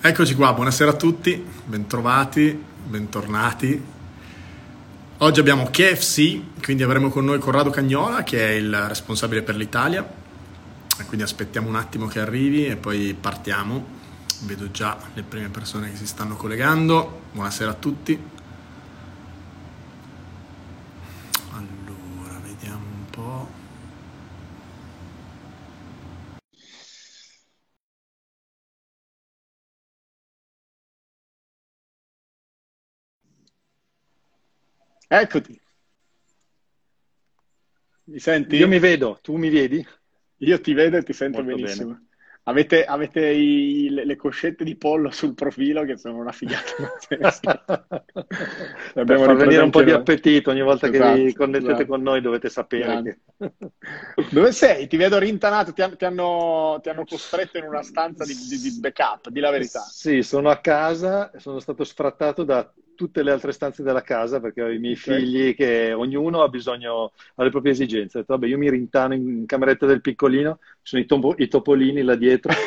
Eccoci qua, buonasera a tutti, bentrovati, bentornati. Oggi abbiamo KFC, quindi avremo con noi Corrado Cagnola, che è il responsabile per l'Italia. E quindi aspettiamo un attimo che arrivi e poi partiamo. Vedo già le prime persone che si stanno collegando. Buonasera a tutti. Allora, vediamo un po'. Eccoti, mi Io senti? mi vedo, tu mi vedi? Io ti vedo e ti sento Molto bene. benissimo. Avete le coscette di pollo sul profilo che sono una figata pazzesca. Le Per abbiamo far riprese venire un po' anche di noi. appetito ogni volta che vi Esatto, connettete esatto. con noi dovete sapere Grande. che... Dove sei? Ti vedo rintanato, ti hanno costretto in una stanza di backup, di la verità. Sì, sono a casa, sono stato sfrattato da tutte le altre stanze della casa perché ho i miei Ok? figli che ognuno ha bisogno, ha le proprie esigenze. Ho detto, vabbè, io mi rintano in cameretta del piccolino, ci sono i topolini là dietro.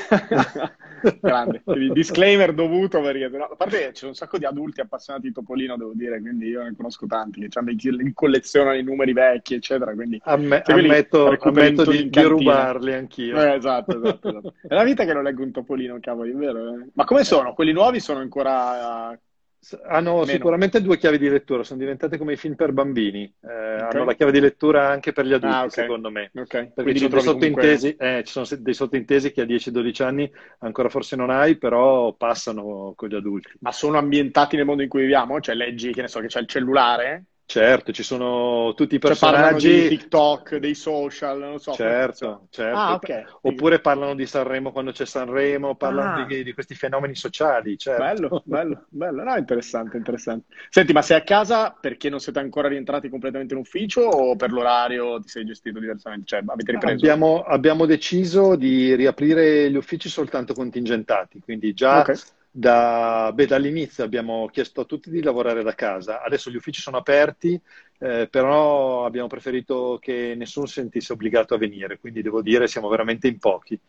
Grande. Quindi disclaimer dovuto perché a parte che c'è un sacco di adulti appassionati di Topolino, devo dire, quindi io ne conosco tanti che collezionano i numeri vecchi, eccetera, quindi se quelli recuperi Ammetto in di cantina. rubarli anch'io. Esatto, esatto, esatto. È la vita che non leggo un Topolino, cavolo, è vero. Ma come sono? Quelli nuovi sono ancora Hanno meno, sicuramente due chiavi di lettura, sono diventate come i film per bambini. ok? Hanno la chiave di lettura anche per gli Ah, adulti, ok, secondo me, ok. perché Quindi ci li sono dei trovi comunque... sottintesi, dei sottintesi che a 10-12 anni ancora forse non hai, però passano con gli adulti. Ma sono ambientati nel mondo in cui viviamo? Cioè leggi, che ne so, che c'è il cellulare? Certo, ci sono tutti i Cioè parlano di personaggi. TikTok, dei social, non lo so, come funziona? Certo, certo. Ah, ok, figo. Oppure parlano di Sanremo quando c'è Sanremo, parlano Ah, di questi fenomeni sociali, bello, certo. bello, bello. No, interessante, interessante. Senti, ma sei a casa perché non siete ancora rientrati completamente in ufficio o per l'orario ti sei gestito diversamente? Cioè, avete ripreso? Abbiamo deciso di riaprire gli uffici soltanto contingentati, quindi già Ok. dall'inizio abbiamo chiesto a tutti di lavorare da casa. Adesso gli uffici sono aperti, però abbiamo preferito che nessuno si sentisse obbligato a venire, quindi devo dire siamo veramente in pochi.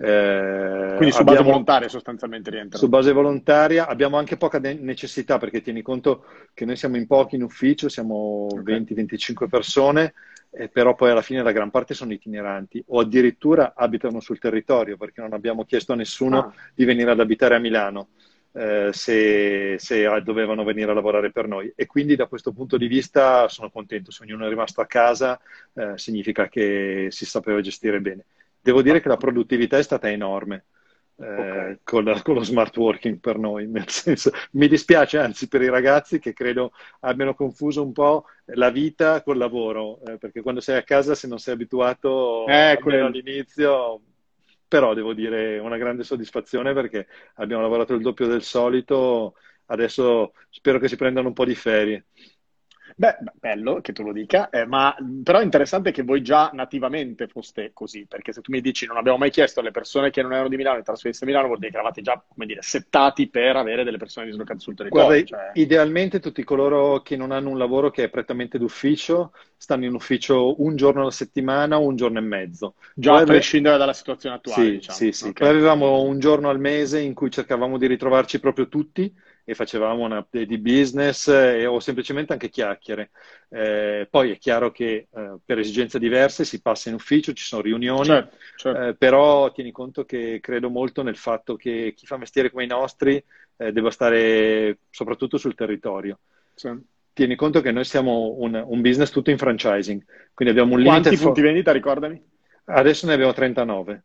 Quindi su base Abbiamo volontaria sostanzialmente su rientrano. base volontaria, abbiamo anche poca necessità perché tieni conto che noi siamo in pochi in ufficio, siamo Ok. 20-25 persone, però poi alla fine la gran parte sono itineranti o addirittura abitano sul territorio perché non abbiamo chiesto a nessuno Ah, di venire ad abitare a Milano. Se dovevano venire a lavorare per noi e quindi da questo punto di vista sono contento, se ognuno è rimasto a casa significa che si sapeva gestire bene. Devo dire ah, che la produttività è stata enorme ok. con lo smart working per noi, nel senso, mi dispiace anzi per i ragazzi che credo abbiano confuso un po' la vita col lavoro, perché quando sei a casa se non sei abituato, almeno Quello. all'inizio, però devo dire una grande soddisfazione perché abbiamo lavorato il doppio del solito, adesso spero che si prendano un po' di ferie. Beh, bello che tu lo dica, ma però è interessante che voi già nativamente foste così, perché se tu mi dici non abbiamo mai chiesto alle persone che non erano di Milano di trasferirsi a Milano, vuol dire che eravate già, come dire, settati per avere delle persone dislocate sul Guarda, territorio, cioè idealmente tutti coloro che non hanno un lavoro che è prettamente d'ufficio stanno in ufficio un giorno alla settimana o un giorno e mezzo. già Poi a prescindere dalla situazione attuale, sì, diciamo. sì, sì. Poi Ok. avevamo un giorno al mese in cui cercavamo di ritrovarci proprio tutti e facevamo un update di business o semplicemente anche chiacchiere. Poi è chiaro che per esigenze diverse si passa in ufficio, ci sono riunioni, Certo, certo. però tieni conto che credo molto nel fatto che chi fa mestiere come i nostri debba stare soprattutto sul territorio. Sì. Tieni conto che noi siamo un business tutto in franchising, quindi abbiamo un limited Quanti punti vendita, ricordami? adesso ne abbiamo 39.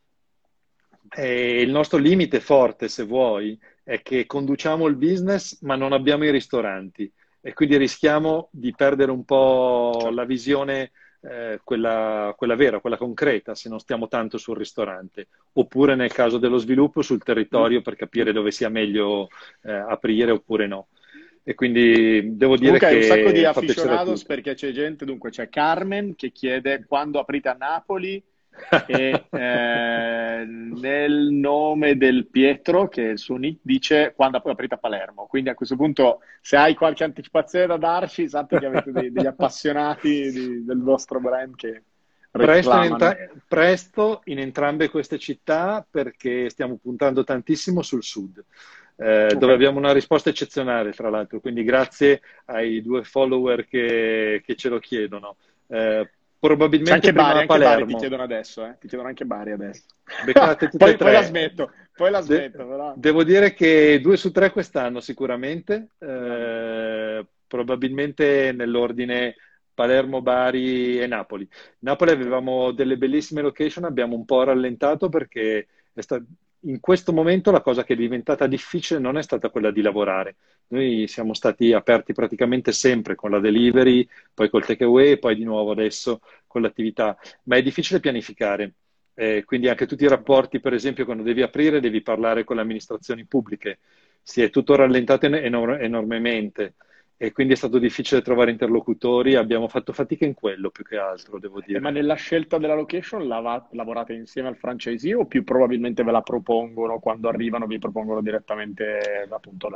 E il nostro limite forte, se vuoi, è che conduciamo il business, ma non abbiamo i ristoranti e quindi rischiamo di perdere un po' Certo. la visione, quella vera, quella concreta, se non stiamo tanto sul ristorante, oppure nel caso dello sviluppo sul Mm, territorio per mm. capire dove sia meglio, aprire oppure no. E quindi devo dire Comunque hai un sacco di che fa piacere a aficionados tutti. perché c'è gente, dunque c'è Carmen che chiede quando aprite a Napoli e nel nome del Pietro, che è il suo nick, dice quando poi aprite a Palermo. Quindi a questo punto, se hai qualche anticipazione da darci, sappi che avete degli appassionati del vostro brand che reclamano. Presto in entrambe queste città, perché stiamo puntando tantissimo sul sud, dove abbiamo una risposta eccezionale, tra l'altro, quindi grazie ai 2 follower che ce lo chiedono. C'è Probabilmente anche prima Bari, a anche Bari ti Palermo. chiedono adesso, ti chiedono anche Bari adesso. Beccate tutte e Poi la tre. smetto, però. Devo dire che 2 su 3 quest'anno sicuramente, Grande. probabilmente nell'ordine Palermo, Bari e Napoli. Napoli Ok. avevamo delle bellissime location, abbiamo un po' rallentato perché in questo momento la cosa che è diventata difficile non è stata quella di lavorare. Noi siamo stati aperti praticamente sempre con la delivery, poi col takeaway e poi di nuovo adesso con l'attività, ma è difficile pianificare. Quindi anche tutti i rapporti, per esempio, quando devi aprire, devi parlare con le amministrazioni pubbliche. Si è tutto rallentato enormemente e quindi è stato difficile trovare interlocutori. Abbiamo fatto fatica in quello più che altro, devo Ma dire. nella scelta della location lavorate insieme al franchisee o più probabilmente ve la propongono quando arrivano, vi propongono direttamente appunto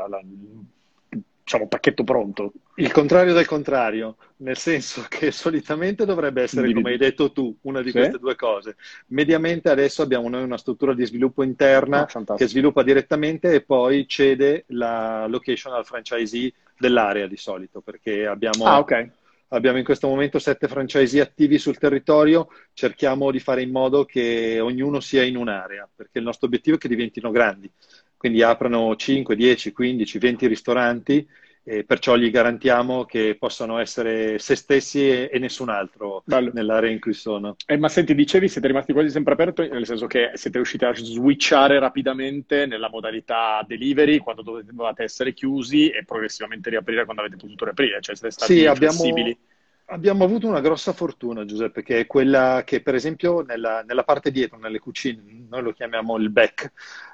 diciamo, pacchetto pronto? Il contrario del contrario, nel senso che solitamente dovrebbe essere, come hai Individuo. detto tu, una di Sì? queste 2 cose. Mediamente adesso abbiamo noi una struttura di sviluppo interna Ah, che fantastico. sviluppa direttamente e poi cede la location al franchisee dell'area di solito, perché Ah, abbiamo, ok. abbiamo in questo momento 7 franchisee attivi sul territorio, cerchiamo di fare in modo che ognuno sia in un'area, perché il nostro obiettivo è che diventino grandi, quindi aprano 5, 10, 15, 20 ristoranti e perciò gli garantiamo che possano essere se stessi e nessun altro Bello. nell'area in cui sono. Ma senti, dicevi, siete rimasti quasi sempre aperti, nel senso che siete riusciti a switchare rapidamente nella modalità delivery quando dovevate essere chiusi e progressivamente riaprire quando avete potuto riaprire, cioè siete Sì, stati flessibili. abbiamo avuto una grossa fortuna, Giuseppe, che è quella che, per esempio, nella parte dietro, nelle cucine, noi lo chiamiamo il back,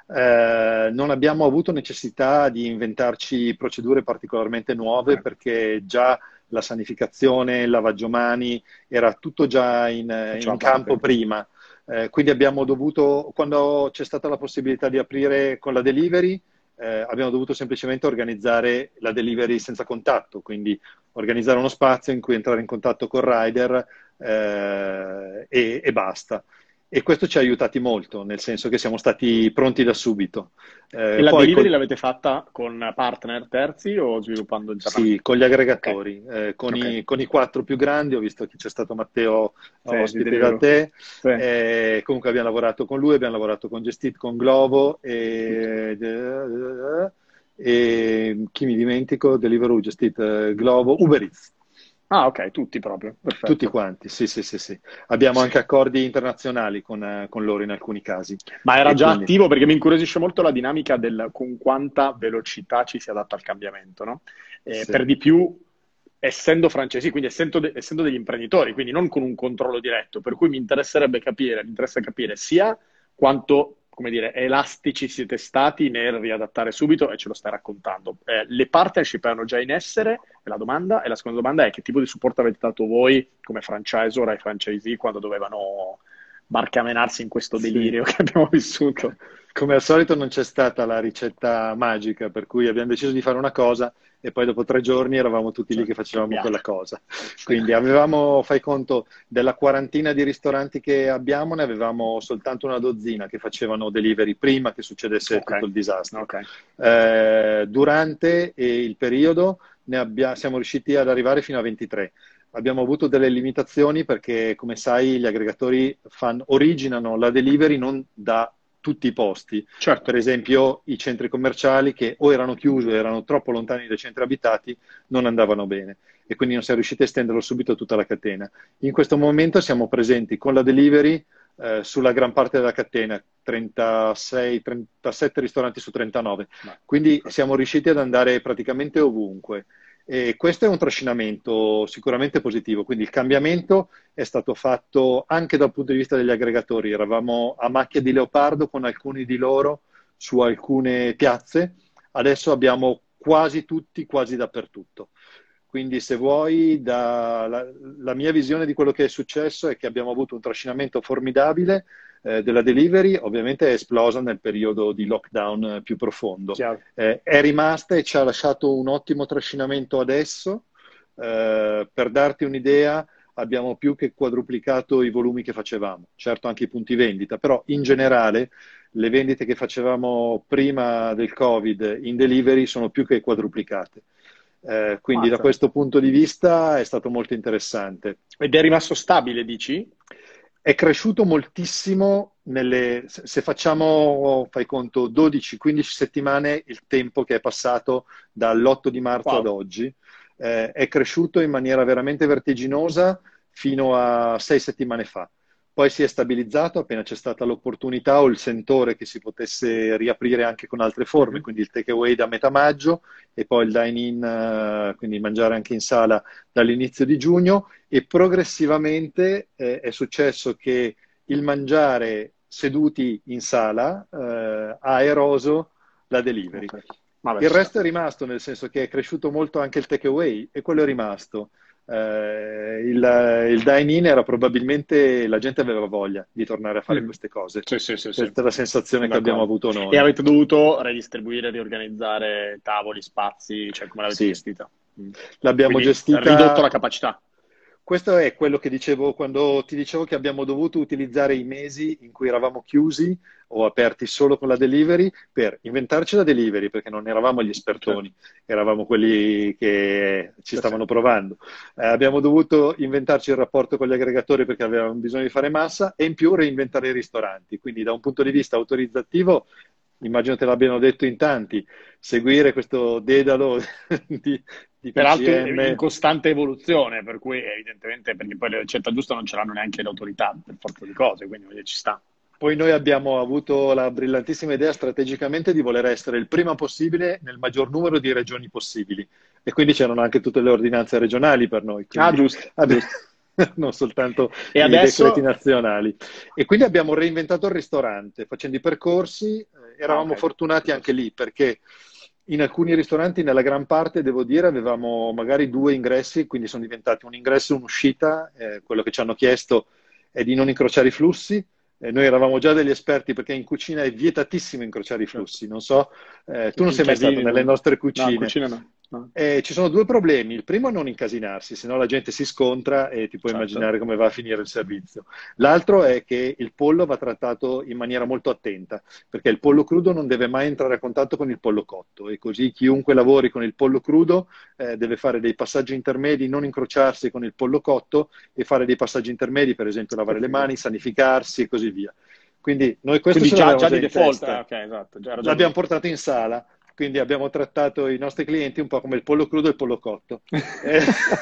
non abbiamo avuto necessità di inventarci procedure particolarmente Ok, nuove perché già la sanificazione, il lavaggio mani era tutto già faceva in campo parte. prima. Quindi abbiamo dovuto, quando c'è stata la possibilità di aprire con la delivery, abbiamo dovuto semplicemente organizzare la delivery senza contatto, quindi organizzare uno spazio in cui entrare in contatto col rider e basta. E questo ci ha aiutati molto, nel senso che siamo stati pronti da subito. E la Poi delivery l'avete fatta con partner terzi o sviluppando sì, internamente? con gli Ok, aggregatori, ok. con i 4 più grandi, ho visto che c'è stato Matteo Sì, di ospite da Deliveroo. te, Sì, comunque abbiamo lavorato con lui, abbiamo lavorato con Gestit, con Glovo tutti. e chi mi dimentico? Deliveroo, Gestit, Glovo, Uber Eats. Ah, ok, tutti proprio. Tutti Perfetto. quanti, sì, sì, sì, sì. Abbiamo anche accordi internazionali con loro in alcuni casi. Ma era E già quindi, attivo perché mi incuriosisce molto la dinamica del con quanta velocità ci si adatta al cambiamento, no? sì. Per di più, essendo francesi, quindi essendo degli imprenditori, quindi non con un controllo diretto, per cui mi interessa capire sia quanto, come dire, elastici siete stati nel riadattare subito e ce lo stai raccontando. Le partnership erano già in essere, è la domanda, e la seconda domanda è che tipo di supporto avete dato voi come franchisor ai franchisee quando dovevano barcamenarsi in questo Sì. delirio che abbiamo vissuto. Come al solito non c'è stata la ricetta magica, per cui abbiamo deciso di fare una cosa e poi dopo 3 giorni eravamo tutti lì Cioè, che facevamo cambiate. quella cosa. Quindi avevamo, fai conto, della quarantina di ristoranti che abbiamo, ne avevamo soltanto una dozzina che facevano delivery prima che succedesse Ok, tutto il disastro. ok. Durante il periodo siamo riusciti ad arrivare fino a 23. Abbiamo avuto delle limitazioni perché, come sai, gli aggregatori originano la delivery non da tutti i posti. Certo. Per esempio, i centri commerciali che o erano chiusi o erano troppo lontani dai centri abitati non andavano bene e quindi non siamo riusciti a estenderlo subito a tutta la catena. In questo momento siamo presenti con la delivery sulla gran parte della catena, 36, 37 ristoranti su 39. Beh, Quindi perfetto. siamo riusciti ad andare praticamente ovunque. E questo è un trascinamento sicuramente positivo, quindi il cambiamento è stato fatto anche dal punto di vista degli aggregatori. Eravamo a macchia di leopardo con alcuni di loro su alcune piazze, adesso abbiamo quasi tutti, quasi dappertutto. Quindi se vuoi, la mia visione di quello che è successo è che abbiamo avuto un trascinamento formidabile della delivery, ovviamente è esplosa nel periodo di lockdown più profondo. Chiaro. È rimasta e ci ha lasciato un ottimo trascinamento adesso. Per darti un'idea, abbiamo più che quadruplicato i volumi che facevamo. Certo anche i punti vendita, però in generale le vendite che facevamo prima del Covid in delivery sono più che quadruplicate. Quindi da Mazza. questo punto di vista è stato molto interessante. Ed è rimasto stabile, dici? È cresciuto moltissimo se facciamo, fai conto, 12-15 settimane il tempo che è passato dall'8 di marzo ad Wow. oggi. È cresciuto in maniera veramente vertiginosa fino a 6 settimane fa. Poi si è stabilizzato appena c'è stata l'opportunità o il sentore che si potesse riaprire anche con altre forme, Mhm. quindi il takeaway da metà maggio e poi il dine-in, quindi mangiare anche in sala dall'inizio di giugno e progressivamente è successo che il mangiare seduti in sala ha eroso la delivery. Ok. Vabbè, Il ci sta. resto è rimasto, nel senso che è cresciuto molto anche il takeaway e quello è rimasto. Il dine-in era probabilmente, la gente aveva voglia di tornare a fare Mhm. queste cose. Sì, sì, sì, sì. Questa è la sensazione Sono che abbiamo d'accordo. avuto E noi. avete dovuto ridistribuire, riorganizzare tavoli, spazi, cioè come l'avete Sì, gestita? Mm. l'abbiamo Quindi ridotto la gestita. capacità. Questo è quello che dicevo quando ti dicevo che abbiamo dovuto utilizzare i mesi in cui eravamo chiusi o aperti solo con la delivery per inventarci la delivery, perché non eravamo gli Certo. espertoni, eravamo quelli che ci Sì, sì. stavano provando. Abbiamo dovuto inventarci il rapporto con gli aggregatori perché avevamo bisogno di fare massa e in più reinventare i ristoranti. Quindi da un punto di vista autorizzativo, immagino te l'abbiano detto in tanti, seguire questo dedalo di Peraltro in PCM. costante evoluzione, per cui evidentemente, perché poi la ricetta giusta non ce l'hanno neanche le autorità, per forza di cose, quindi ci sta. Poi noi abbiamo avuto la brillantissima idea strategicamente di voler essere il prima possibile nel maggior numero di regioni possibili. E quindi c'erano anche tutte le ordinanze regionali per noi, Ah, quindi giusto, giusto. non soltanto E i decreti adesso... nazionali. E quindi abbiamo reinventato il ristorante, facendo i percorsi. Ah, Eravamo ok. fortunati anche lì perché in alcuni ristoranti, nella gran parte, devo dire, avevamo magari 2 ingressi, quindi sono diventati un ingresso e un'uscita. Quello che ci hanno chiesto è di non incrociare i flussi. Noi eravamo già degli esperti perché in cucina è vietatissimo incrociare i Certo. flussi. Non so, tu non Tutti i sei mai stato casini, nelle no? nostre No, in cucine. cucina no. No. Ci sono 2 problemi. Il primo è non incasinarsi, se no la gente si scontra e ti puoi Certo. immaginare come va a finire il servizio. L'altro è che il pollo va trattato in maniera molto attenta, perché il pollo crudo non deve mai entrare a contatto con il pollo cotto e così chiunque lavori con il pollo crudo deve fare dei passaggi intermedi, non incrociarsi con il pollo cotto e fare dei passaggi intermedi, per esempio Che lavare le figo. mani, sanificarsi e così via. Quindi noi questo Quindi ce già, l'avevamo già già di in default, testa. ok, esatto, già era già L'abbiamo lì. portato in sala, quindi abbiamo trattato i nostri clienti un po' come il pollo crudo e il pollo cotto, eh,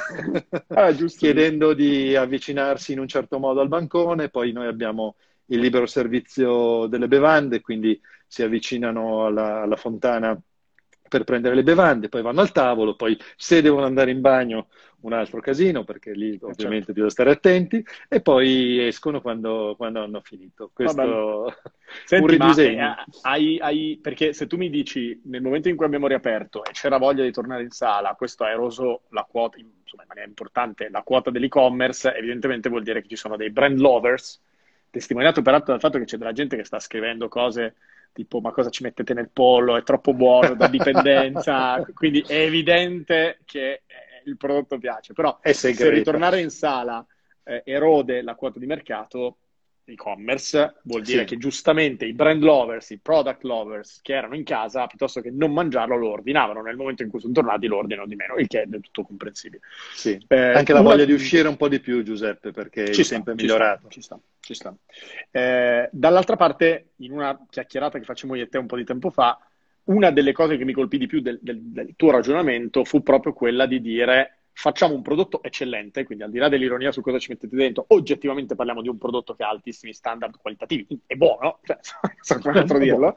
Giusto, giusto. chiedendo di avvicinarsi in un certo modo al bancone, poi noi abbiamo il libero servizio delle bevande, quindi si avvicinano alla fontana per prendere le bevande, poi vanno al tavolo, poi se devono andare in bagno un altro casino, perché lì Certo. ovviamente bisogna stare attenti, e poi escono quando hanno finito. Va bene. Questo un Senti, ma ridisegno. perché se tu mi dici nel momento in cui abbiamo riaperto e c'era voglia di tornare in sala, questo ha eroso la quota, insomma, in maniera importante, la quota dell'e-commerce, evidentemente vuol dire che ci sono dei brand lovers, testimoniato peraltro dal fatto che c'è della gente che sta scrivendo cose tipo ma cosa ci mettete nel pollo, è troppo buono, da dipendenza, quindi è evidente che il prodotto piace, però È se segreta. ritornare in sala erode la quota di mercato, e-commerce, vuol dire Sì, che giustamente i brand lovers, i product lovers che erano in casa, piuttosto che non mangiarlo, lo ordinavano. Nel momento in cui sono tornati, lo ordinano di meno, il che è del tutto comprensibile. sì. Eh, Anche la una... voglia di uscire un po' di più, Giuseppe, perché Ci il sta, tempo è ci sta, migliorato. ci sta, ci sta. Dall'altra parte, in una chiacchierata che facemmo io e te un po' di tempo fa, una delle cose che mi colpì di più del tuo ragionamento fu proprio quella di dire facciamo un prodotto eccellente, quindi al di là dell'ironia su cosa ci mettete dentro, oggettivamente parliamo di un prodotto che ha altissimi standard qualitativi, quindi è buono, cioè, so come altro È buono. dirlo,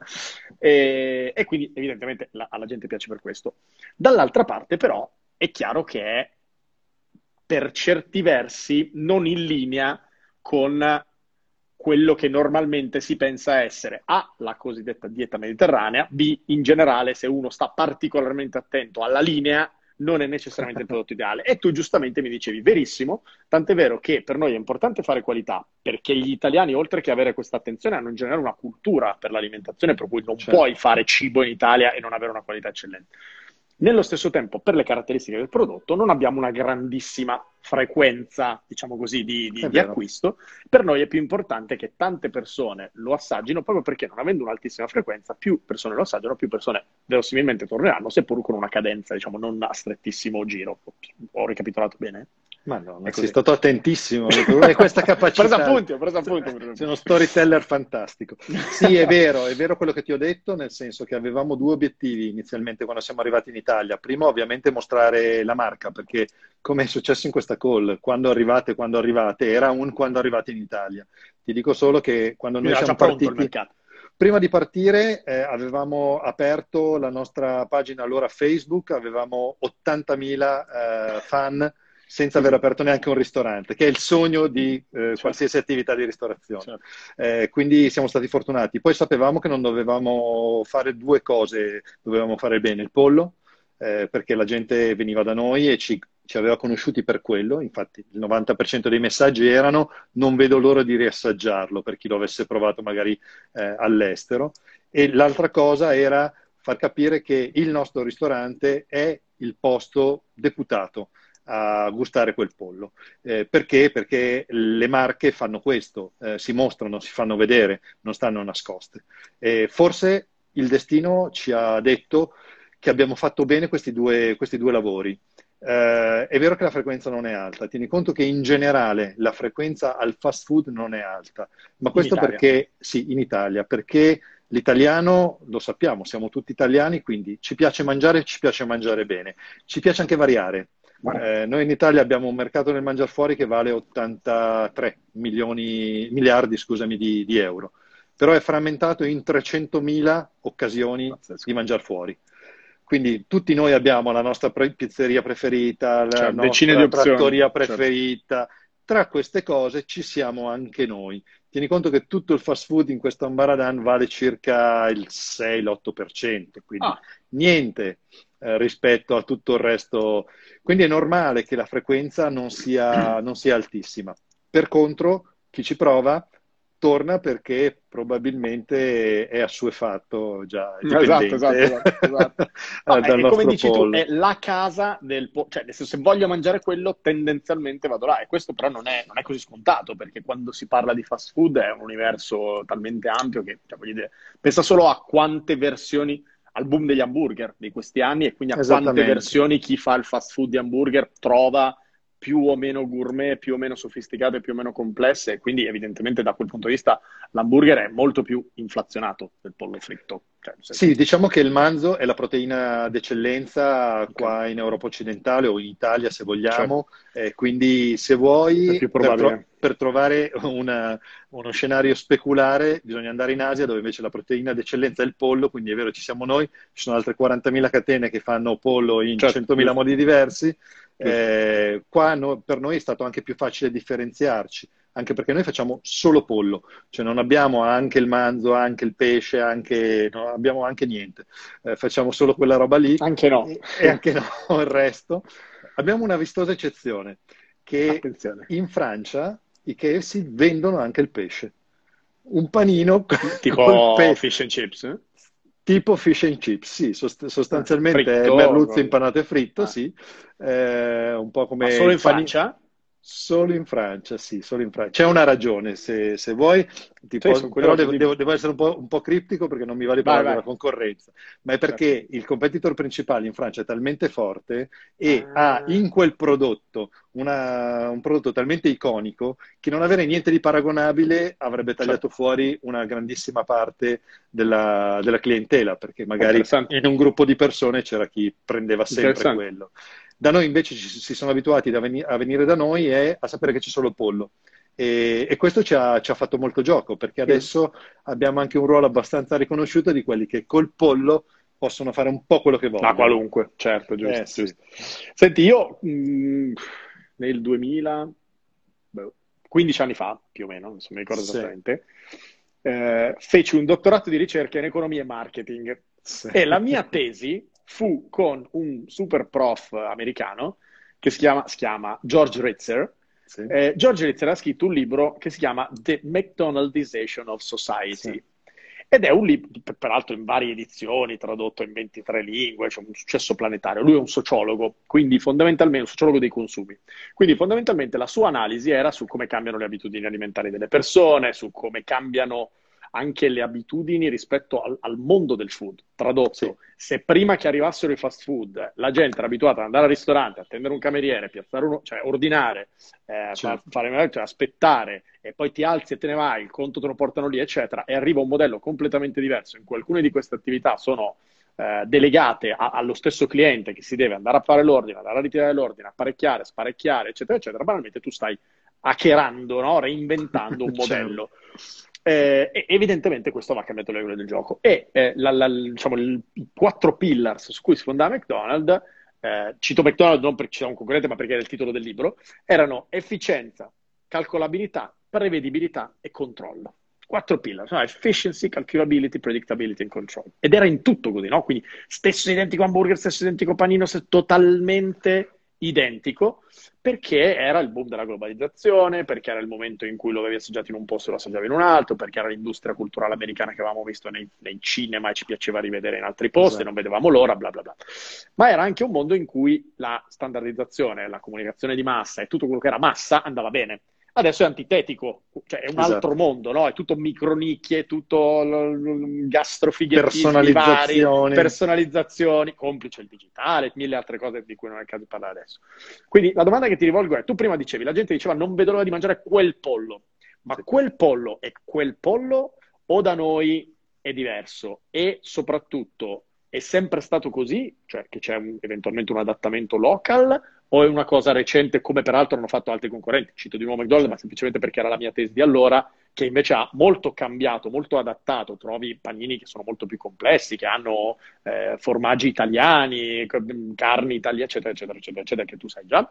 e quindi evidentemente alla gente piace per questo. Dall'altra parte però è chiaro che è per certi versi non in linea con quello che normalmente si pensa essere A, la cosiddetta dieta mediterranea, B, in generale, se uno sta particolarmente attento alla linea, non è necessariamente il prodotto ideale. E tu giustamente mi dicevi, verissimo, tant'è vero che per noi è importante fare qualità, perché gli italiani, oltre che avere questa attenzione, hanno in generale una cultura per l'alimentazione, per cui non Certo. puoi fare cibo in Italia e non avere una qualità eccellente. Nello stesso tempo, per le caratteristiche del prodotto, non abbiamo una grandissima frequenza, diciamo così, È di vero. acquisto. Per noi è più importante che tante persone lo assaggino, proprio perché non avendo un'altissima frequenza, più persone lo assaggiano, più persone verosimilmente torneranno, seppur con una cadenza, diciamo, non a strettissimo giro. Ho ricapitolato bene? Madonna, È sei così. stato attentissimo, hai questa capacità, Ho preso appunti. sei uno storyteller fantastico. Sì, è vero quello che ti ho detto, nel senso che avevamo due obiettivi inizialmente quando siamo arrivati in Italia. Primo, ovviamente, mostrare la marca, perché come è successo in questa call, quando arrivate, era un quando arrivate in Italia. Ti dico solo che quando noi Quindi era siamo già pronto il partiti, mercato. prima di partire, avevamo aperto la nostra pagina allora Facebook, avevamo 80.000 fan senza aver aperto neanche un ristorante, che è il sogno di Certo. qualsiasi attività di ristorazione. Certo. Quindi siamo stati fortunati. Poi sapevamo che non dovevamo fare due cose, dovevamo fare bene il pollo, perché la gente veniva da noi e ci aveva conosciuti per quello. Infatti il 90% dei messaggi erano non vedo l'ora di riassaggiarlo, per chi lo avesse provato magari all'estero. E l'altra cosa era far capire che il nostro ristorante è il posto deputato a gustare quel pollo. Perché? Perché le marche fanno questo, si mostrano, si fanno vedere, non stanno nascoste. Forse il destino ci ha detto che abbiamo fatto bene questi due lavori. È vero che la frequenza non è alta, tieni conto che in generale la frequenza al fast food non è alta, ma In questo Italia. perché, sì, in Italia, perché l'italiano, lo sappiamo, siamo tutti italiani, quindi ci piace mangiare bene, ci piace anche variare. Noi in Italia abbiamo un mercato del mangiare fuori che vale 83 miliardi, scusami, di euro, però è frammentato in 300.000 occasioni Pazzesco. di mangiare fuori. Quindi tutti noi abbiamo la nostra pizzeria preferita, la Cioè, decine di nostra opzioni. trattoria Certo. preferita. Tra queste cose ci siamo anche noi. Tieni conto che tutto il fast food in questo Ambaradan vale circa il 6-8%, quindi niente rispetto a tutto il resto. Quindi è normale che la frequenza non sia altissima. Per contro, chi ci prova torna perché probabilmente è assuefatto già, è dipendente Esatto. dal E come nostro dici tu, pollo. è la casa del pollo. Cioè, nel senso, se voglio mangiare quello, tendenzialmente vado là. E questo però non è così scontato, perché quando si parla di fast food è un universo talmente ampio che, cioè, voglio dire, pensa solo a quante versioni, al boom degli hamburger di questi anni, e quindi a quante Esattamente. versioni chi fa il fast food di hamburger trova più o meno gourmet, più o meno sofisticate, più o meno complesse, e quindi evidentemente da quel punto di vista l'hamburger è molto più inflazionato del pollo fritto. Cioè, Sì, diciamo che il manzo è la proteina d'eccellenza qua in Europa occidentale o in Italia, se vogliamo. Quindi se è vuoi, più probabile. per trovare uno scenario speculare, bisogna andare in Asia, dove invece la proteina d'eccellenza è il pollo. Quindi è vero, ci siamo noi, ci sono altre 40.000 catene che fanno pollo in 100.000 modi diversi. Qua per noi è stato anche più facile differenziarci, anche perché noi facciamo solo pollo, cioè non abbiamo anche il manzo, anche il pesce, non abbiamo anche niente, facciamo solo quella roba lì Anche no. e anche no il resto. Abbiamo una vistosa eccezione, che Attenzione. in Francia i KFC vendono anche il pesce, un panino tipo col pesce. fish and chips? Tipo fish and chips, sì, sostanzialmente Fritto, è merluzzo impanato e fritto, sì, un po' come ma solo in il panino. Francia? Solo in Francia, sì, solo in Francia. C'è una ragione, se vuoi, sono però curioso, devo essere un po' criptico perché non mi va di parlare della concorrenza, ma è perché il competitor principale in Francia è talmente forte e ha in quel prodotto un prodotto talmente iconico che non avere niente di paragonabile avrebbe tagliato fuori una grandissima parte della clientela, perché magari in un gruppo di persone c'era chi prendeva sempre quello. Da noi invece si sono abituati a venire da noi e a sapere che c'è solo pollo. E questo ci ha fatto molto gioco, perché adesso abbiamo anche un ruolo abbastanza riconosciuto di quelli che col pollo possono fare un po' quello che vogliono. Ma qualunque, certo, giusto. Sì. Senti, io nel 2000, 15 anni fa, più o meno, non mi ricordo esattamente, feci un dottorato di ricerca in economia e marketing. E la mia tesi fu con un super prof americano che si chiama George Ritzer. George Ritzer ha scritto un libro che si chiama The McDonaldization of Society. Ed è un libro, peraltro in varie edizioni, tradotto in 23 lingue, c'è un successo planetario. Lui è un sociologo, quindi fondamentalmente un sociologo dei consumi. Quindi fondamentalmente la sua analisi era su come cambiano le abitudini alimentari delle persone, su come cambiano anche le abitudini rispetto al mondo del food. Sì, Tradotto, se prima che arrivassero i fast food la gente era abituata ad andare al ristorante, attendere un cameriere, piazzare uno, cioè ordinare, certo. cioè aspettare e poi ti alzi e te ne vai, il conto te lo portano lì, eccetera, e arriva un modello completamente diverso in cui alcune di queste attività sono delegate allo stesso cliente che si deve andare a fare l'ordine, andare a ritirare l'ordine, apparecchiare, sparecchiare, eccetera, eccetera. Banalmente tu stai hackerando, no? Reinventando un Certo. modello. E evidentemente questo va cambiato le regole del gioco. E diciamo, i 4 pillars su cui si fondava McDonald's, cito McDonald's non perché c'era un concorrente, ma perché era il titolo del libro, erano efficienza, calcolabilità, prevedibilità e controllo. 4 pillars, no? Efficiency, calculability, predictability and control. Ed era in tutto così, no? Quindi stesso identico hamburger, stesso identico panino, totalmente identico, perché era il boom della globalizzazione, perché era il momento in cui lo avevi assaggiato in un posto e lo assaggiavi in un altro, perché era l'industria culturale americana che avevamo visto nei cinema e ci piaceva rivedere in altri posti, non Esatto. vedevamo l'ora, bla bla bla. Ma era anche un mondo in cui la standardizzazione, la comunicazione di massa e tutto quello che era massa andava bene. Adesso è antitetico, cioè è un altro Esatto. mondo, no? È tutto micronicchie, tutto gastrofighettismi vari, Personalizzazioni. personalizzazioni, complice il digitale, mille altre cose di cui non è il caso di parlare adesso. Quindi la domanda che ti rivolgo è, tu prima dicevi, la gente diceva non vedo l'ora di mangiare quel pollo, ma Sì. quel pollo è quel pollo o da noi è diverso? E soprattutto è sempre stato così, cioè che c'è eventualmente un adattamento local o è una cosa recente come peraltro hanno fatto altri concorrenti? Cito di nuovo McDonald's, ma Certo. semplicemente perché era la mia tesi di allora, che invece ha molto cambiato, molto adattato, trovi panini che sono molto più complessi, che hanno formaggi italiani, carni italiane, eccetera, eccetera, eccetera, eccetera, che tu sai già.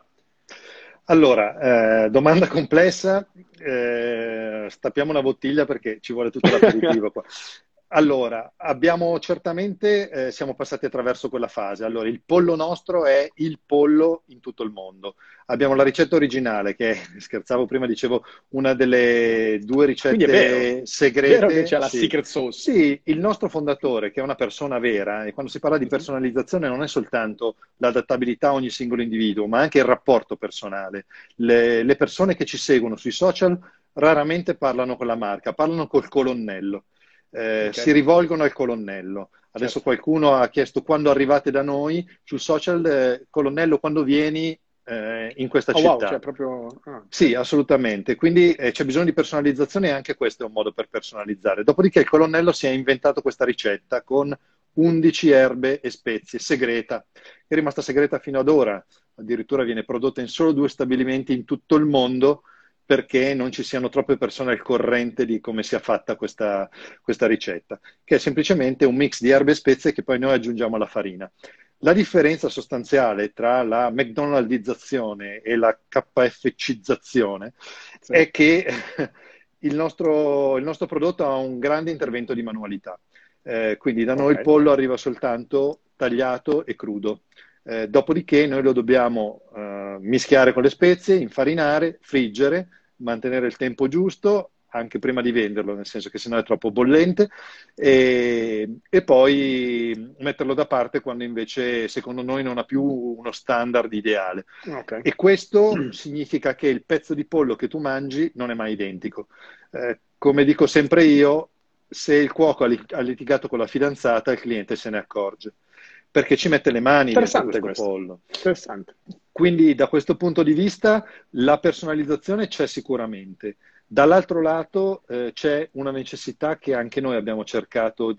Allora, domanda complessa, stappiamo una bottiglia perché ci vuole tutto l'aperitivo qua. Allora, abbiamo certamente, siamo passati attraverso quella fase. Allora, il pollo nostro è il pollo in tutto il mondo. Abbiamo la ricetta originale, che è, scherzavo prima, dicevo, una delle 2 Quindi ricette è vero che segrete. c'è la Sì. secret sauce. Sì, il nostro fondatore, che è una persona vera, e quando si parla di Mhm. personalizzazione non è soltanto l'adattabilità a ogni singolo individuo, ma anche il rapporto personale. Le persone che ci seguono sui social raramente parlano con la marca, parlano col colonnello. Ok, Si rivolgono al colonnello. Adesso certo. qualcuno ha chiesto quando arrivate da noi sul social, colonnello, quando vieni in questa Oh wow, cioè città. proprio... Ah, Sì, ok. assolutamente. Quindi c'è bisogno di personalizzazione e anche questo è un modo per personalizzare. Dopodiché il colonnello si è inventato questa ricetta con 11 erbe e spezie, segreta, che è rimasta segreta fino ad ora. Addirittura viene prodotta in solo 2 stabilimenti in tutto il mondo perché non ci siano troppe persone al corrente di come sia fatta questa ricetta, che è semplicemente un mix di erbe e spezie che poi noi aggiungiamo alla farina. La differenza sostanziale tra la McDonaldizzazione e la KFCizzazione Sì, è che il nostro prodotto ha un grande intervento di manualità. Quindi da noi il ok. pollo arriva soltanto tagliato e crudo. Dopodiché noi lo dobbiamo mischiare con le spezie, infarinare, friggere, mantenere il tempo giusto, anche prima di venderlo, nel senso che sennò è troppo bollente, e poi metterlo da parte quando invece, secondo noi, non ha più uno standard ideale. Ok. E questo significa che il pezzo di pollo che tu mangi non è mai identico. Come dico sempre io, se il cuoco ha litigato con la fidanzata, il cliente se ne accorge, perché ci mette le mani dentro Interessante questo questo. pollo. Interessante. Quindi da questo punto di vista la personalizzazione c'è sicuramente. Dall'altro lato c'è una necessità che anche noi abbiamo cercato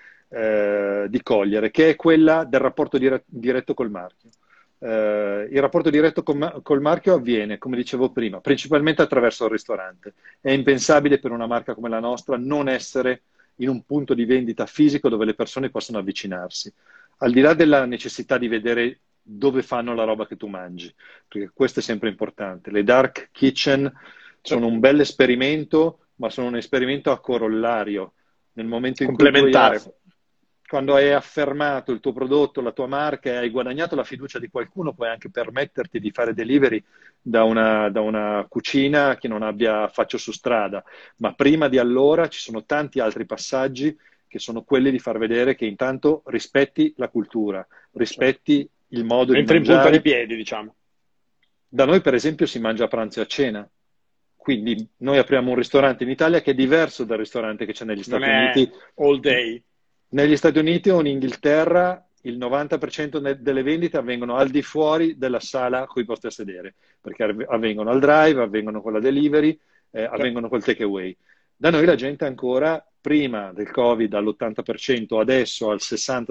di cogliere, che è quella del rapporto diretto col marchio. Il rapporto diretto col marchio avviene, come dicevo prima, principalmente attraverso il ristorante. È impensabile per una marca come la nostra non essere in un punto di vendita fisico dove le persone possono avvicinarsi. Al di là della necessità di vedere dove fanno la roba che tu mangi, perché questo è sempre importante. Le dark kitchen sono un bel esperimento, ma sono un esperimento a corollario. Nel momento in cui Complementare. quando hai affermato il tuo prodotto, la tua marca e hai guadagnato la fiducia di qualcuno, puoi anche permetterti di fare delivery da una cucina che non abbia affaccio su strada. Ma prima di allora ci sono tanti altri passaggi che sono quelli di far vedere che intanto rispetti la cultura, rispetti il modo di Entra in punta di mangiare. piedi, diciamo. Da noi, per esempio, si mangia a pranzo e a cena. Quindi noi apriamo un ristorante in Italia che è diverso dal ristorante che c'è negli Non Stati è Uniti. all day. Negli Stati Uniti o in Inghilterra il 90% delle vendite avvengono al di fuori della sala con i posti a sedere, perché avvengono al drive, avvengono con la delivery, avvengono col takeaway. Da noi la gente ancora, prima del Covid all'80%, adesso al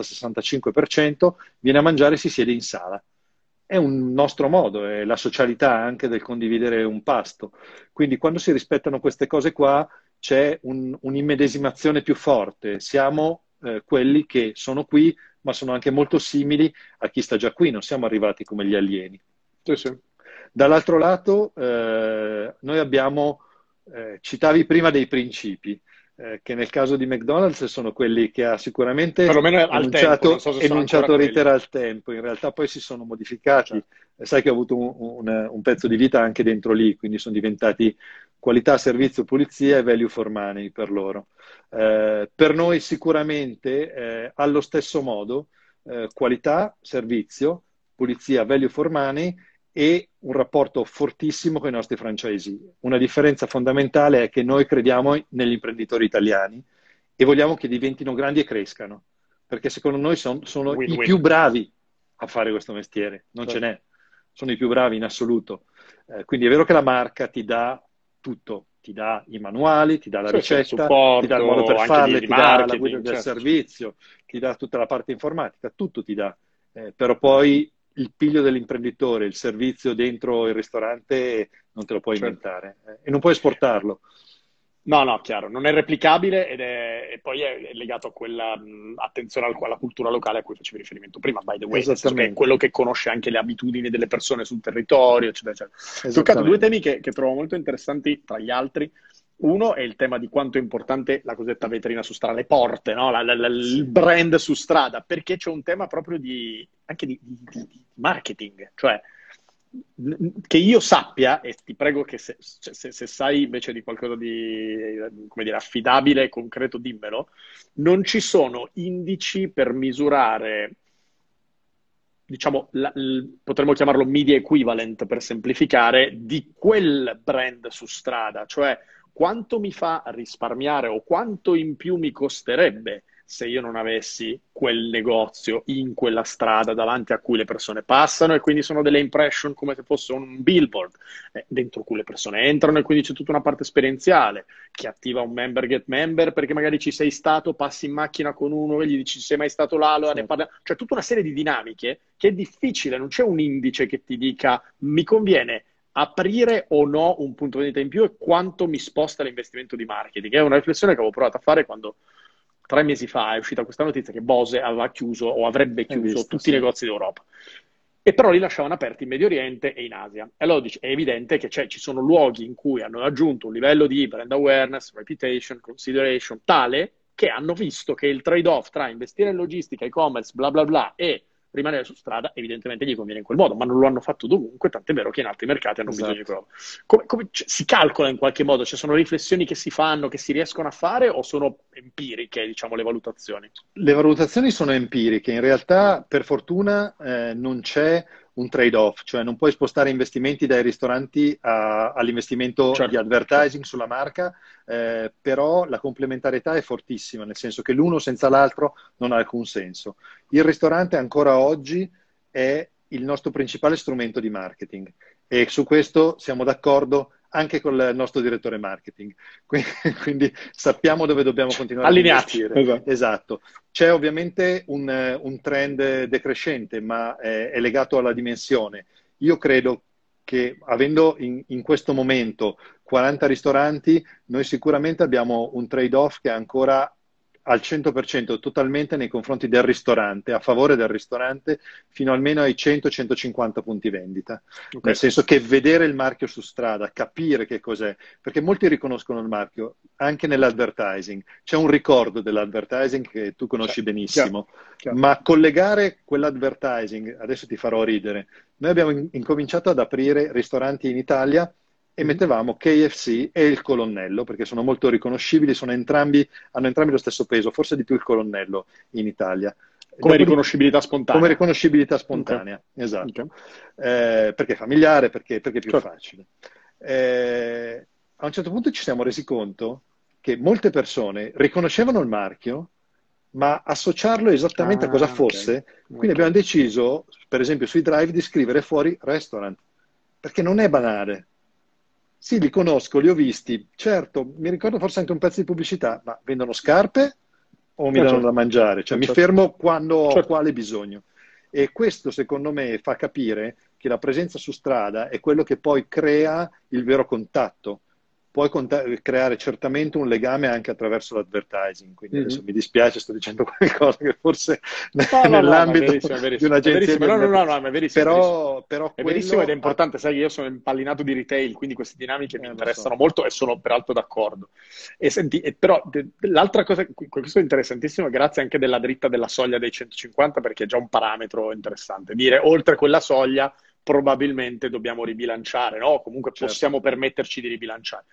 60-65%, viene a mangiare e si siede in sala. È un nostro modo, è la socialità anche del condividere un pasto. Quindi quando si rispettano queste cose qua c'è un'immedesimazione più forte. Siamo quelli che sono qui, ma sono anche molto simili a chi sta già qui, non siamo arrivati come gli alieni. Sì, sì. Dall'altro lato, noi abbiamo, citavi prima dei principi, che nel caso di McDonald's sono quelli che ha sicuramente Perlomeno al tempo, non so se sono ancora quelli. Ritter al tempo, in realtà poi si sono modificati. Certo. Sai che ho avuto un pezzo di vita anche dentro lì, quindi sono diventati qualità, servizio, pulizia e value for money per loro. Per noi sicuramente allo stesso modo qualità, servizio, pulizia, value for money e un rapporto fortissimo con i nostri franchisee. Una differenza fondamentale è che noi crediamo negli imprenditori italiani e vogliamo che diventino grandi e crescano, perché secondo noi sono i più bravi a fare questo mestiere, non ce n'è, sono i più bravi in assoluto. Quindi è vero che la marca ti dà tutto, ti dà i manuali, ti dà la ricetta, supporto, ti dà il modo per farle, ti dà la guida del certo. servizio, ti dà tutta la parte informatica, tutto ti dà, però poi il piglio dell'imprenditore, il servizio dentro il ristorante non te lo puoi inventare e non puoi esportarlo. No, chiaro, non è replicabile e poi è legato a quella attenzione alla cultura locale a cui facevi riferimento prima, by the way, nel senso che è quello che conosce anche le abitudini delle persone sul territorio, eccetera, eccetera. Ho toccato due temi che trovo molto interessanti tra gli altri. Uno è il tema di quanto è importante la cosiddetta vetrina su strada, le porte, no? Il brand su strada, perché c'è un tema proprio anche di marketing, cioè che io sappia, e ti prego che se sai invece di qualcosa di, come dire, affidabile e concreto, dimmelo, non ci sono indici per misurare, diciamo, potremmo chiamarlo media equivalent per semplificare, di quel brand su strada, cioè quanto mi fa risparmiare o quanto in più mi costerebbe se io non avessi quel negozio in quella strada davanti a cui le persone passano, e quindi sono delle impression come se fosse un billboard dentro cui le persone entrano, e quindi c'è tutta una parte esperienziale che attiva un member get member, perché magari ci sei stato, passi in macchina con uno e gli dici sei mai stato là, allora ne parliamo. Cioè tutta una serie di dinamiche che è difficile, non c'è un indice che ti dica mi conviene aprire o no un punto vendita in più e quanto mi sposta l'investimento di marketing. È una riflessione che avevo provato a fare quando 3 mesi fa è uscita questa notizia che Bose aveva chiuso o avrebbe chiuso tutti i negozi d'Europa. E però li lasciavano aperti in Medio Oriente e in Asia. E allora è evidente che ci sono luoghi in cui hanno aggiunto un livello di brand awareness, reputation, consideration tale che hanno visto che il trade-off tra investire in logistica, e-commerce, bla bla bla, e rimanere su strada, evidentemente gli conviene in quel modo, ma non lo hanno fatto dovunque, tant'è vero che in altri mercati hanno bisogno di quello. Come si calcola in qualche modo? Ci sono riflessioni che si fanno, che si riescono a fare, o sono empiriche, diciamo, le valutazioni? Le valutazioni sono empiriche, in realtà per fortuna non c'è un trade-off, cioè non puoi spostare investimenti dai ristoranti all'investimento di advertising sulla marca, però la complementarietà è fortissima, nel senso che l'uno senza l'altro non ha alcun senso. Il ristorante ancora oggi è il nostro principale strumento di marketing e su questo siamo d'accordo anche con il nostro direttore marketing, quindi sappiamo dove dobbiamo continuare a investire. Esatto. C'è ovviamente un trend decrescente, ma è legato alla dimensione. Io credo che avendo in questo momento 40 ristoranti, noi sicuramente abbiamo un trade-off che è ancora al 100% totalmente nei confronti del ristorante, a favore del ristorante, fino almeno ai 100-150 punti vendita. Nel senso che vedere il marchio su strada, capire che cos'è, perché molti riconoscono il marchio anche nell'advertising. C'è un ricordo dell'advertising che tu conosci benissimo, chiaro. Ma collegare quell'advertising, adesso ti farò ridere, noi abbiamo incominciato ad aprire ristoranti in Italia e mettevamo KFC e il colonnello, perché sono molto riconoscibili, hanno entrambi lo stesso peso, forse di più il colonnello in Italia. Come riconoscibilità spontanea. Come riconoscibilità spontanea, okay. Esatto. Okay. Perché è familiare, perché è più facile. A un certo punto ci siamo resi conto che molte persone riconoscevano il marchio, ma associarlo esattamente a cosa fosse. Quindi abbiamo deciso, per esempio sui drive, di scrivere fuori restaurant, perché non è banale. Sì, li conosco, li ho visti, certo, mi ricordo forse anche un pezzo di pubblicità, ma vendono scarpe o mi danno da mangiare? Cioè mi fermo quando ho quale bisogno. E questo secondo me fa capire che la presenza su strada è quello che poi crea il vero contatto. Puoi creare certamente un legame anche attraverso l'advertising, quindi adesso mi dispiace, sto dicendo qualcosa che forse nell'ambito di un'agenzia. No, è verissimo. Però è verissimo ed è importante, sai che io sono impallinato di retail, quindi queste dinamiche mi interessano molto e sono peraltro d'accordo. E senti, però l'altra cosa, questo è interessantissimo, grazie anche della dritta della soglia dei 150, perché è già un parametro interessante. Dire oltre quella soglia probabilmente dobbiamo ribilanciare, no? Comunque possiamo permetterci di ribilanciare.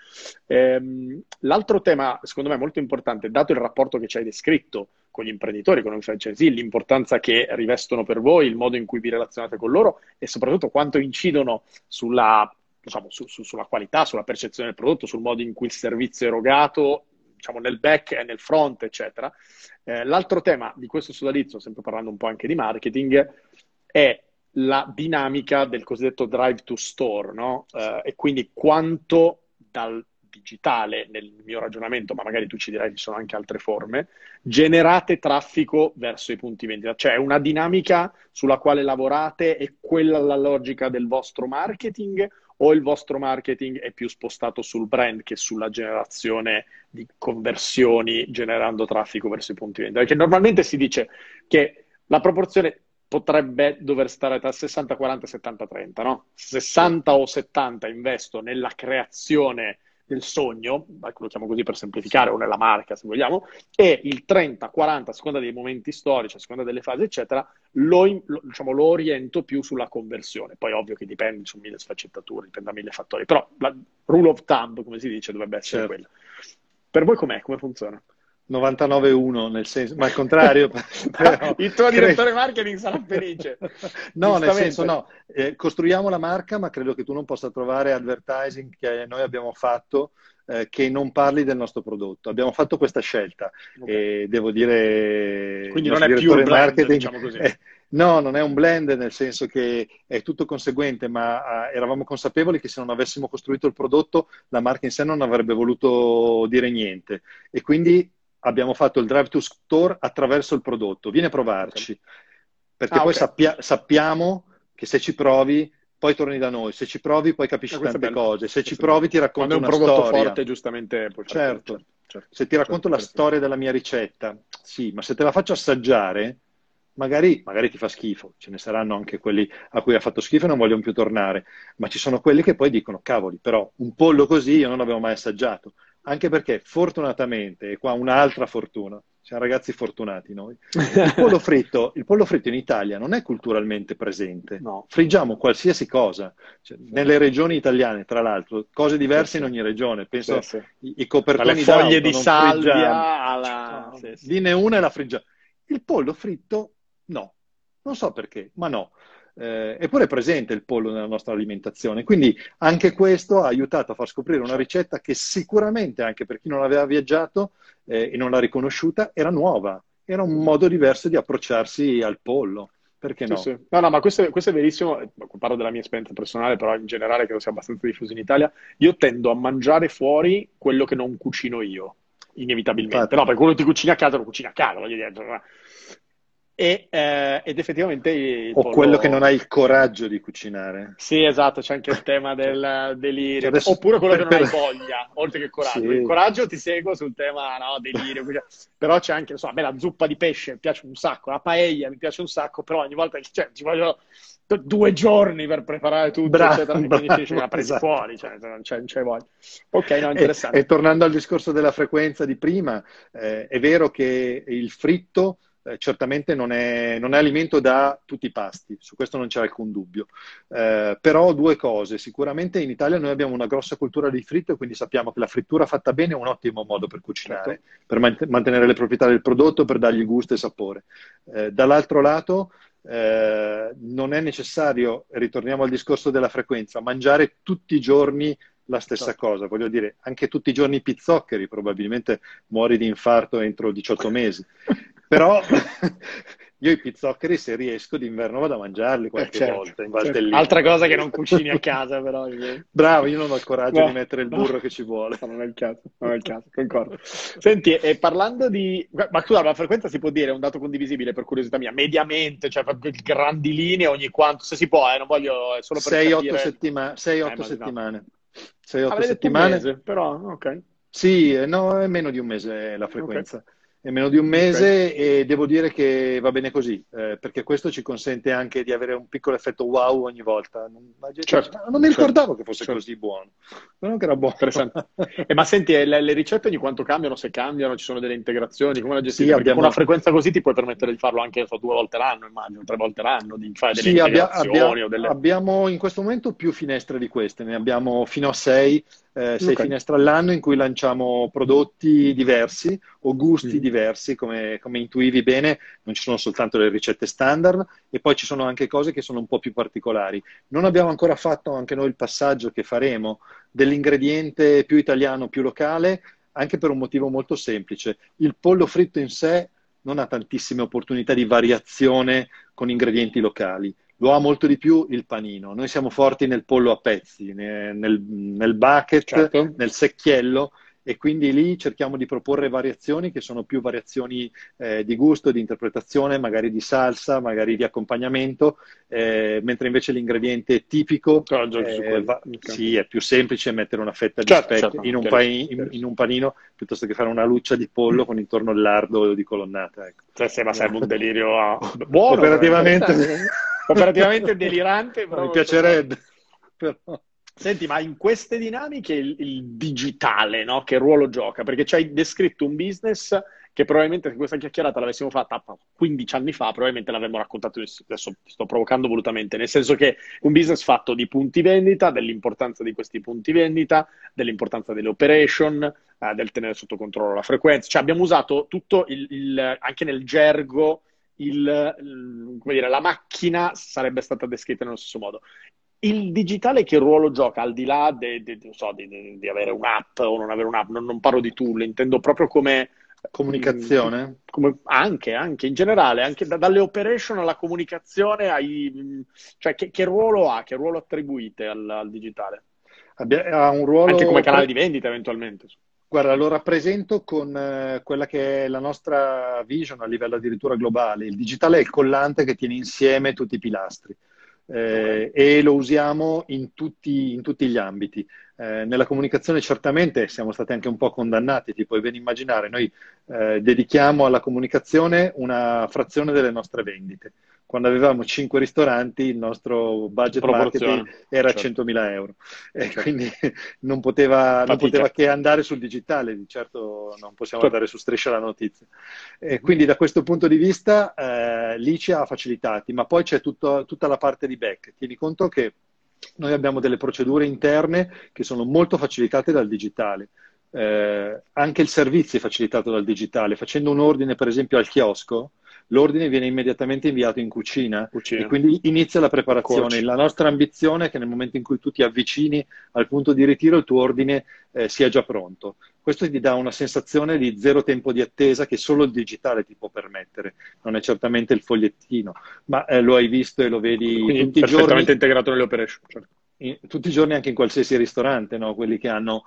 L'altro tema, secondo me, molto importante, dato il rapporto che ci hai descritto con gli imprenditori, con i franchisee, l'importanza che rivestono per voi, il modo in cui vi relazionate con loro e soprattutto quanto incidono sulla, diciamo, sulla qualità, sulla percezione del prodotto, sul modo in cui il servizio è erogato, diciamo, nel back e nel front, eccetera. L'altro tema di questo sodalizio, sempre parlando un po' anche di marketing, è la dinamica del cosiddetto drive to store, no? E quindi quanto dal digitale, nel mio ragionamento, ma magari tu ci dirai che ci sono anche altre forme, generate traffico verso i punti vendita. Cioè una dinamica sulla quale lavorate, è quella la logica del vostro marketing o il vostro marketing è più spostato sul brand che sulla generazione di conversioni generando traffico verso i punti vendita? Perché normalmente si dice che la proporzione potrebbe dover stare tra 60, 40 e 70, 30, no? 60 o 70 investo nella creazione del sogno, lo chiamo così per semplificare, o nella marca se vogliamo, e il 30, 40, a seconda dei momenti storici, a seconda delle fasi, eccetera, lo oriento più sulla conversione. Poi ovvio che dipende su mille sfaccettature, dipende da mille fattori, però la rule of thumb, come si dice, dovrebbe essere quella. Per voi com'è? Come funziona? 99-1 nel senso, ma al contrario però, il tuo direttore marketing sarà felice. No, nel senso no, costruiamo la marca, ma credo che tu non possa trovare advertising che noi abbiamo fatto che non parli del nostro prodotto. Abbiamo fatto questa scelta e devo dire, quindi non è più il blend, marketing, diciamo così. No, non è un blend nel senso che è tutto conseguente, ma eravamo consapevoli che se non avessimo costruito il prodotto la marca in sé non avrebbe voluto dire niente e quindi abbiamo fatto il drive to store attraverso il prodotto. Vieni a provarci, perché poi sappiamo che se ci provi poi torni da noi, se ci provi poi capisci tante cose, se ci provi ti racconto una storia. Quando è un prodotto forte giustamente puoi fare certo. Se ti racconto la storia della mia ricetta, sì, ma se te la faccio assaggiare magari ti fa schifo, ce ne saranno anche quelli a cui ha fatto schifo e non vogliono più tornare, ma ci sono quelli che poi dicono cavoli, però un pollo così io non l'avevo mai assaggiato. Anche perché fortunatamente, e qua un'altra fortuna, siamo ragazzi fortunati noi, il pollo fritto in Italia non è culturalmente presente. No. Friggiamo qualsiasi cosa, cioè, nelle regioni italiane tra l'altro, cose diverse in ogni regione, penso i copertoni dalle foglie di salvia alla... Dine una e la friggiamo. Il pollo fritto no, non so perché, ma no. Eppure è presente il pollo nella nostra alimentazione, quindi anche questo ha aiutato a far scoprire una ricetta che sicuramente anche per chi non aveva viaggiato e non l'ha riconosciuta era nuova, era un modo diverso di approcciarsi al pollo, perché no? Sì. No, ma questo è verissimo, parlo della mia esperienza personale, però in generale credo sia abbastanza diffuso in Italia. Io tendo a mangiare fuori quello che non cucino io, inevitabilmente. Infatti. No, perché quello che ti cucina a casa lo cucina a casa, voglio dire. Ed effettivamente il pollo... quello che non hai il coraggio di cucinare. Sì, esatto, c'è anche il tema del delirio. Adesso... Oppure quello che non hai voglia, oltre che il coraggio. Sì. Il coraggio ti seguo sul tema, no, delirio. Però c'è anche, a me la zuppa di pesce mi piace un sacco, la paella mi piace un sacco, però ogni volta ci voglio 2 giorni per preparare tutto, eccetera, e quindi finisce la presi fuori, non c'è voglia. Ok, no, interessante. E tornando al discorso della frequenza di prima, è vero che il fritto certamente non è alimento da tutti i pasti, su questo non c'è alcun dubbio. Però due cose, sicuramente in Italia noi abbiamo una grossa cultura di fritto, quindi sappiamo che la frittura fatta bene è un ottimo modo per cucinare, Certo. per mantenere le proprietà del prodotto, per dargli gusto e sapore. Dall'altro lato, non è necessario, ritorniamo al discorso della frequenza, mangiare tutti i giorni la stessa Certo. cosa. Voglio dire, anche tutti i giorni pizzoccheri, probabilmente muori di infarto entro 18 mesi. Però io i pizzoccheri, se riesco, d'inverno vado a mangiarli qualche Certo, volta in certo. Valtellina. Altra cosa che non cucini a casa, però. Bravo, io non ho il coraggio di No, mettere il no, burro che ci vuole. no, non è il caso, non è il caso, concordo. Senti, e parlando di... Ma scusa, la frequenza si può dire, è un dato condivisibile per curiosità mia, mediamente, cioè proprio grandi linee ogni quanto, se si può, non voglio, è solo per 6-8 capire... settimane. 6-8 immaginavo. settimane. 6-8 Avrei detto un settimane. mese, però, ok, Sì, no, è meno di un mese la ok, frequenza. È meno di un ok. mese e devo dire che va bene così, perché questo ci consente anche di avere un piccolo effetto wow ogni volta. La gente dice, Certo, ma non mi certo, ricordavo che fosse certo. così buono. Non che era buono. Interessante. Ma senti, le ricette ogni quanto cambiano? Se cambiano, ci sono delle integrazioni? Come la Sì, gestite? Perché con una frequenza così ti puoi permettere di farlo anche 2 volte l'anno, immagino, 3 volte l'anno, di fare delle Sì, integrazioni o delle... abbiamo in questo momento più finestre di queste, ne abbiamo fino a 6 Ok. finestre all'anno in cui lanciamo prodotti diversi o gusti Mhm. diversi, come intuivi bene, non ci sono soltanto le ricette standard e poi ci sono anche cose che sono un po' più particolari. Non abbiamo ancora fatto anche noi il passaggio che faremo dell'ingrediente più italiano, più locale, anche per un motivo molto semplice. Il pollo fritto in sé non ha tantissime opportunità di variazione con ingredienti locali. Lo ha molto di più il panino. Noi siamo forti nel pollo a pezzi, nel bucket, Certo. nel secchiello e quindi lì cerchiamo di proporre variazioni che sono più variazioni di gusto, di interpretazione, magari di salsa, magari di accompagnamento, mentre invece l'ingrediente tipico Però giochi su quello. Ok. sì, è più semplice mettere una fetta di Certo, speck certo, in no, un, chiarissimo, in chiarissimo. un panino piuttosto che fare una luccia di pollo con intorno il lardo di colonnata. Ecco. Ma sarebbe un delirio buono, però Operativamente, interessante. Operativamente delirante, però mi molto buono. piacerebbe, però... Senti, ma in queste dinamiche il digitale, no? Che ruolo gioca? Perché ci hai descritto un business che probabilmente se questa chiacchierata l'avessimo fatta 15 anni fa, probabilmente l'avremmo raccontato, adesso ti sto provocando volutamente, nel senso che un business fatto di punti vendita, dell'importanza di questi punti vendita, dell'importanza delle operation, del tenere sotto controllo la frequenza, cioè abbiamo usato tutto anche nel gergo, come dire, la macchina sarebbe stata descritta nello stesso modo. Il digitale che ruolo gioca al di là non so, di avere un'app o non avere un'app? Non parlo di tool, intendo proprio come, Comunicazione? anche in generale, anche dalle operation alla comunicazione, cioè che ruolo ha, che ruolo attribuite al digitale? Ha un Anche come ruolo... canale di vendita eventualmente. Guarda, lo rappresento con quella che è la nostra vision a livello addirittura globale. Il digitale è il collante che tiene insieme tutti i pilastri Ok. e lo usiamo in tutti gli ambiti. Nella comunicazione certamente siamo stati anche un po' condannati, ti puoi ben immaginare, noi dedichiamo alla comunicazione una frazione delle nostre vendite. Quando avevamo 5 ristoranti, il nostro budget marketing Proporzione, era certo, 100.000 euro e certo. quindi non poteva Fatica. che andare sul digitale, di certo non possiamo Certo. andare su Striscia la notizia. E Mhm. quindi da questo punto di vista lì ci ha facilitati, ma poi c'è tutta la parte di back. Tieni conto che noi abbiamo delle procedure interne che sono molto facilitate dal digitale. Anche il servizio è facilitato dal digitale. Facendo un ordine, per esempio, al chiosco, l'ordine viene immediatamente inviato in cucina e Cucina. quindi inizia la preparazione. Accorci. La nostra ambizione è che nel momento in cui tu ti avvicini al punto di ritiro, il tuo ordine sia già pronto. Questo ti dà una sensazione di zero tempo di attesa che solo il digitale ti può permettere. Non è certamente il fogliettino, ma lo hai visto e lo vedi Quindi tutti i giorni perfettamente integrato nelle operation. Certo. tutti i giorni anche in qualsiasi ristorante, no? Quelli che hanno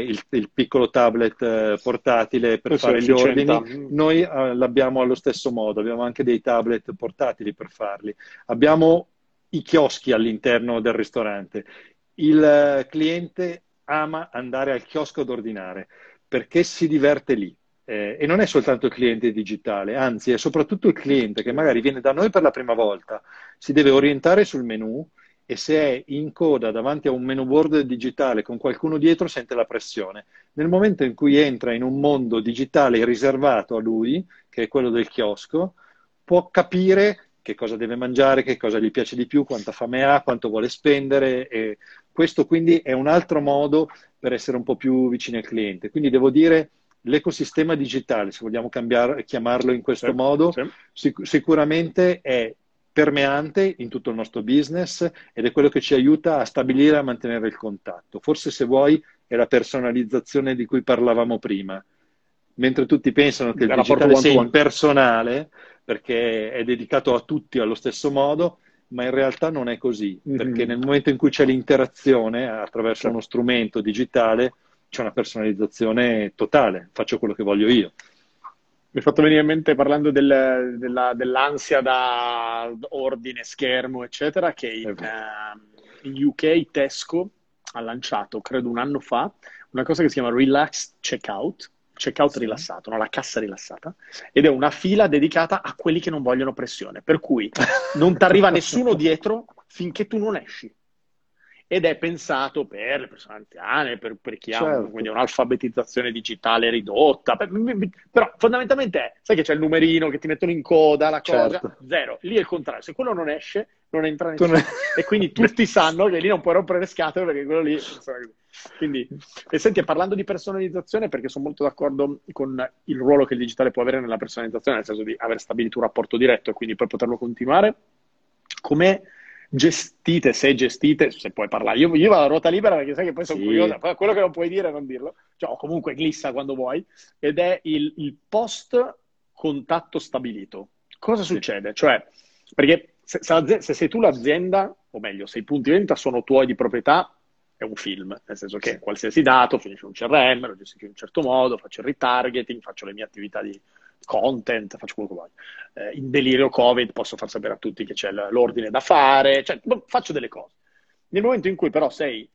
il piccolo tablet portatile per Sì, fare gli efficienta. ordini, noi l'abbiamo allo stesso modo, abbiamo anche dei tablet portatili per farli. Abbiamo i chioschi all'interno del ristorante. Il cliente ama andare al chiosco ad ordinare perché si diverte lì. E non è soltanto il cliente digitale, anzi è soprattutto il cliente che magari viene da noi per la prima volta, si deve orientare sul menu e se è in coda davanti a un menu board digitale con qualcuno dietro sente la pressione. Nel momento in cui entra in un mondo digitale riservato a lui, che è quello del chiosco, può capire che cosa deve mangiare, che cosa gli piace di più, quanta fame ha, quanto vuole spendere. E questo quindi è un altro modo per essere un po' più vicini al cliente. Quindi devo dire, l'ecosistema digitale, se vogliamo chiamarlo in questo modo, sicuramente è permeante in tutto il nostro business ed è quello che ci aiuta a stabilire e a mantenere il contatto. Forse, se vuoi, è la personalizzazione di cui parlavamo prima. Mentre tutti pensano che il digitale sia impersonale, perché è dedicato a tutti allo stesso modo, ma in realtà non è così, perché nel momento in cui c'è l'interazione attraverso uno strumento digitale, c'è una personalizzazione totale, faccio quello che voglio io. Mi hai fatto venire in mente, parlando dell'ansia da ordine, schermo, eccetera, che in UK Tesco ha lanciato, credo un anno fa, una cosa che si chiama Relaxed Checkout, rilassato, no? La cassa rilassata, ed è una fila dedicata a quelli che non vogliono pressione, per cui non ti arriva nessuno dietro finché tu non esci. Ed è pensato per le persone anziane, per chi ha quindi un'alfabetizzazione digitale ridotta, però fondamentalmente sai che c'è il numerino che ti mettono in coda, la cosa, zero. Lì è il contrario, se quello non esce, non entra nessuno. E quindi tutti sanno che lì non puoi rompere le scatole perché quello lì... Quindi, e senti, parlando di personalizzazione, perché sono molto d'accordo con il ruolo che il digitale può avere nella personalizzazione, nel senso di aver stabilito un rapporto diretto e quindi poi poterlo continuare, come gestite, se puoi parlare. Io vado a ruota libera perché sai che poi sono curiosa, poi quello che non puoi dire non dirlo, cioè, o comunque glissa quando vuoi, ed è il post contatto stabilito. Cosa succede? Cioè, perché se sei tu l'azienda, o meglio, se i punti vendita sono tuoi di proprietà, è un film, nel senso che qualsiasi dato finisce in un CRM, lo gestisco in un certo modo, faccio il retargeting, faccio le mie attività di content, faccio quello che voglio. In delirio Covid posso far sapere a tutti che c'è l'ordine da fare, cioè faccio delle cose. Nel momento in cui però sei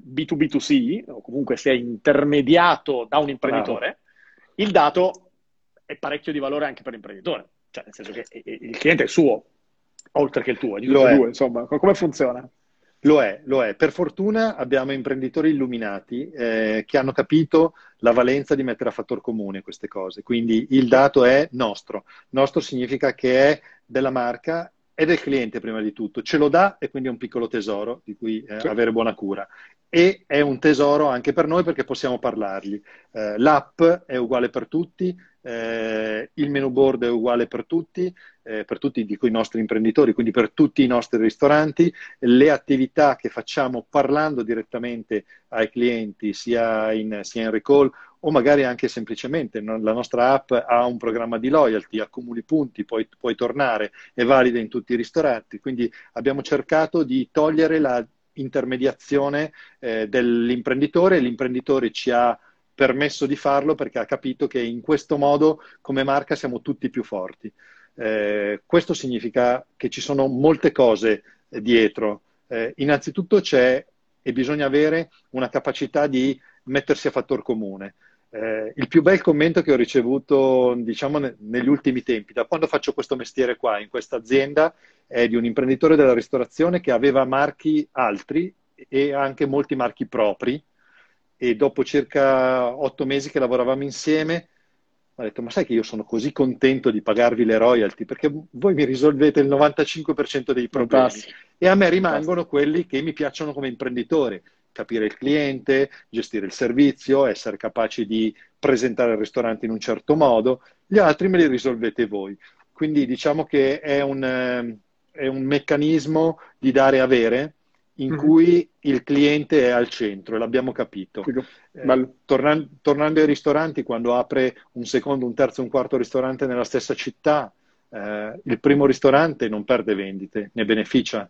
B2B2C, o comunque sei intermediato da un imprenditore, il dato è parecchio di valore anche per l'imprenditore, cioè nel senso che il cliente è suo, oltre che il tuo, è di tutti e due, insomma. Come funziona? Lo è. Per fortuna abbiamo imprenditori illuminati che hanno capito la valenza di mettere a fattor comune queste cose. Quindi il dato è nostro. Nostro significa che è della marca e del cliente prima di tutto. Ce lo dà e quindi è un piccolo tesoro di cui avere buona cura. E è un tesoro anche per noi perché possiamo parlargli. L'app è uguale per tutti, il menu board è uguale per tutti dico i nostri imprenditori, quindi per tutti i nostri ristoranti. Le attività che facciamo parlando direttamente ai clienti, sia in recall o magari anche semplicemente, la nostra app ha un programma di loyalty, accumuli punti, puoi tornare, è valida in tutti i ristoranti, quindi abbiamo cercato di togliere la intermediazione dell'imprenditore. L'imprenditore ci ha permesso di farlo perché ha capito che in questo modo come marca siamo tutti più forti. Questo significa che ci sono molte cose dietro. Innanzitutto c'è e bisogna avere una capacità di mettersi a fattor comune. Il più bel commento che ho ricevuto, diciamo, negli ultimi tempi, da quando faccio questo mestiere qua, in questa azienda, è di un imprenditore della ristorazione che aveva marchi altri e anche molti marchi propri, e dopo circa 8 mesi che lavoravamo insieme ho detto: ma sai che io sono così contento di pagarvi le royalty perché voi mi risolvete il 95% dei problemi. E a me rimangono quelli che mi piacciono come imprenditore: capire il cliente, gestire il servizio, essere capaci di presentare il ristorante in un certo modo. Gli altri me li risolvete voi. Quindi diciamo che è un meccanismo di dare e avere in cui il cliente è al centro, e l'abbiamo capito. Tornando ai ristoranti, quando apre un secondo, un terzo, un quarto ristorante nella stessa città, il primo ristorante non perde vendite, ne beneficia,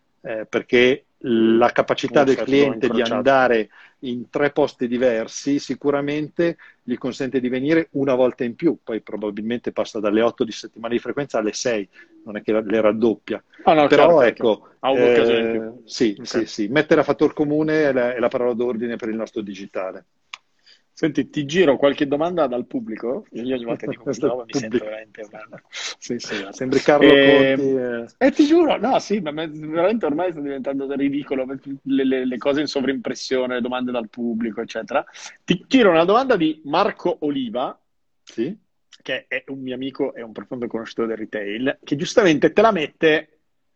perché la capacità del cliente di andare in 3 posti diversi sicuramente gli consente di venire una volta in più, poi probabilmente passa dalle 8 di settimana di frequenza alle 6, non è che le raddoppia. Però ecco, ha un'occasione in più. Sì, mettere a fattor comune è la parola d'ordine per il nostro digitale. Senti, ti giro qualche domanda dal pubblico. Io ogni volta dico questa roba mi sento veramente sembri Carlo Conti. Ti giuro, no, sì, ma veramente ormai sta diventando ridicolo le cose in sovrimpressione, le domande dal pubblico, eccetera. Ti giro una domanda di Marco Oliva. Sì? che è un mio amico e un profondo conoscitore del retail, che giustamente te la mette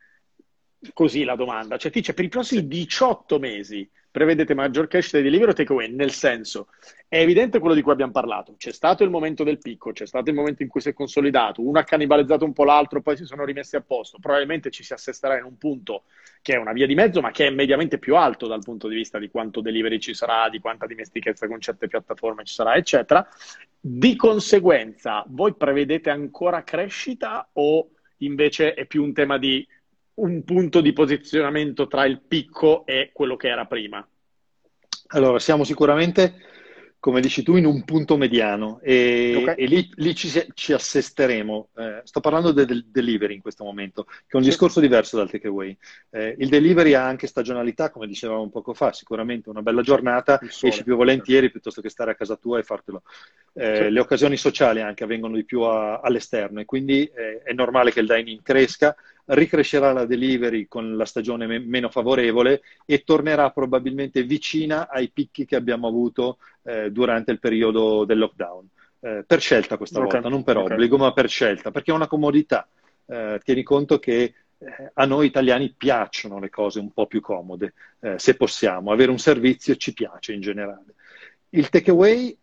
così la domanda, cioè ti dice per i prossimi 18 mesi prevedete maggior crescita di delivery o takeaway, nel senso, è evidente quello di cui abbiamo parlato, c'è stato il momento del picco, c'è stato il momento in cui si è consolidato, uno ha cannibalizzato un po' l'altro, poi si sono rimessi a posto, probabilmente ci si assesterà in un punto che è una via di mezzo, ma che è mediamente più alto dal punto di vista di quanto delivery ci sarà, di quanta dimestichezza con certe piattaforme ci sarà, eccetera. Di conseguenza, voi prevedete ancora crescita o invece è più un tema di un punto di posizionamento tra il picco e quello che era prima? Allora, siamo sicuramente, come dici tu, in un punto mediano e, Ok? e lì ci assesteremo. Sto parlando del delivery in questo momento, che è un Sì. discorso diverso dal takeaway. Il delivery ha anche stagionalità, come dicevamo poco fa, sicuramente una bella giornata, Il sole. esci più volentieri piuttosto che stare a casa tua e fartelo. Sì. Le occasioni sociali anche avvengono di più all'esterno e quindi è normale che il dine-in cresca, ricrescerà la delivery con la stagione meno favorevole e tornerà probabilmente vicina ai picchi che abbiamo avuto durante il periodo del lockdown. Per scelta questa Ok, volta, non per ok. obbligo, ma per scelta, perché è una comodità. Tieni conto che a noi italiani piacciono le cose un po' più comode, se possiamo. Avere un servizio ci piace in generale. Il takeaway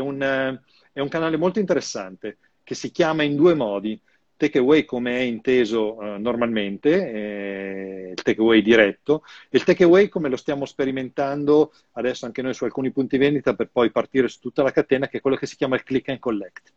è un canale molto interessante che si chiama in due modi. Takeaway come è inteso normalmente, il takeaway diretto, e il takeaway come lo stiamo sperimentando adesso anche noi su alcuni punti vendita per poi partire su tutta la catena, che è quello che si chiama il click and collect,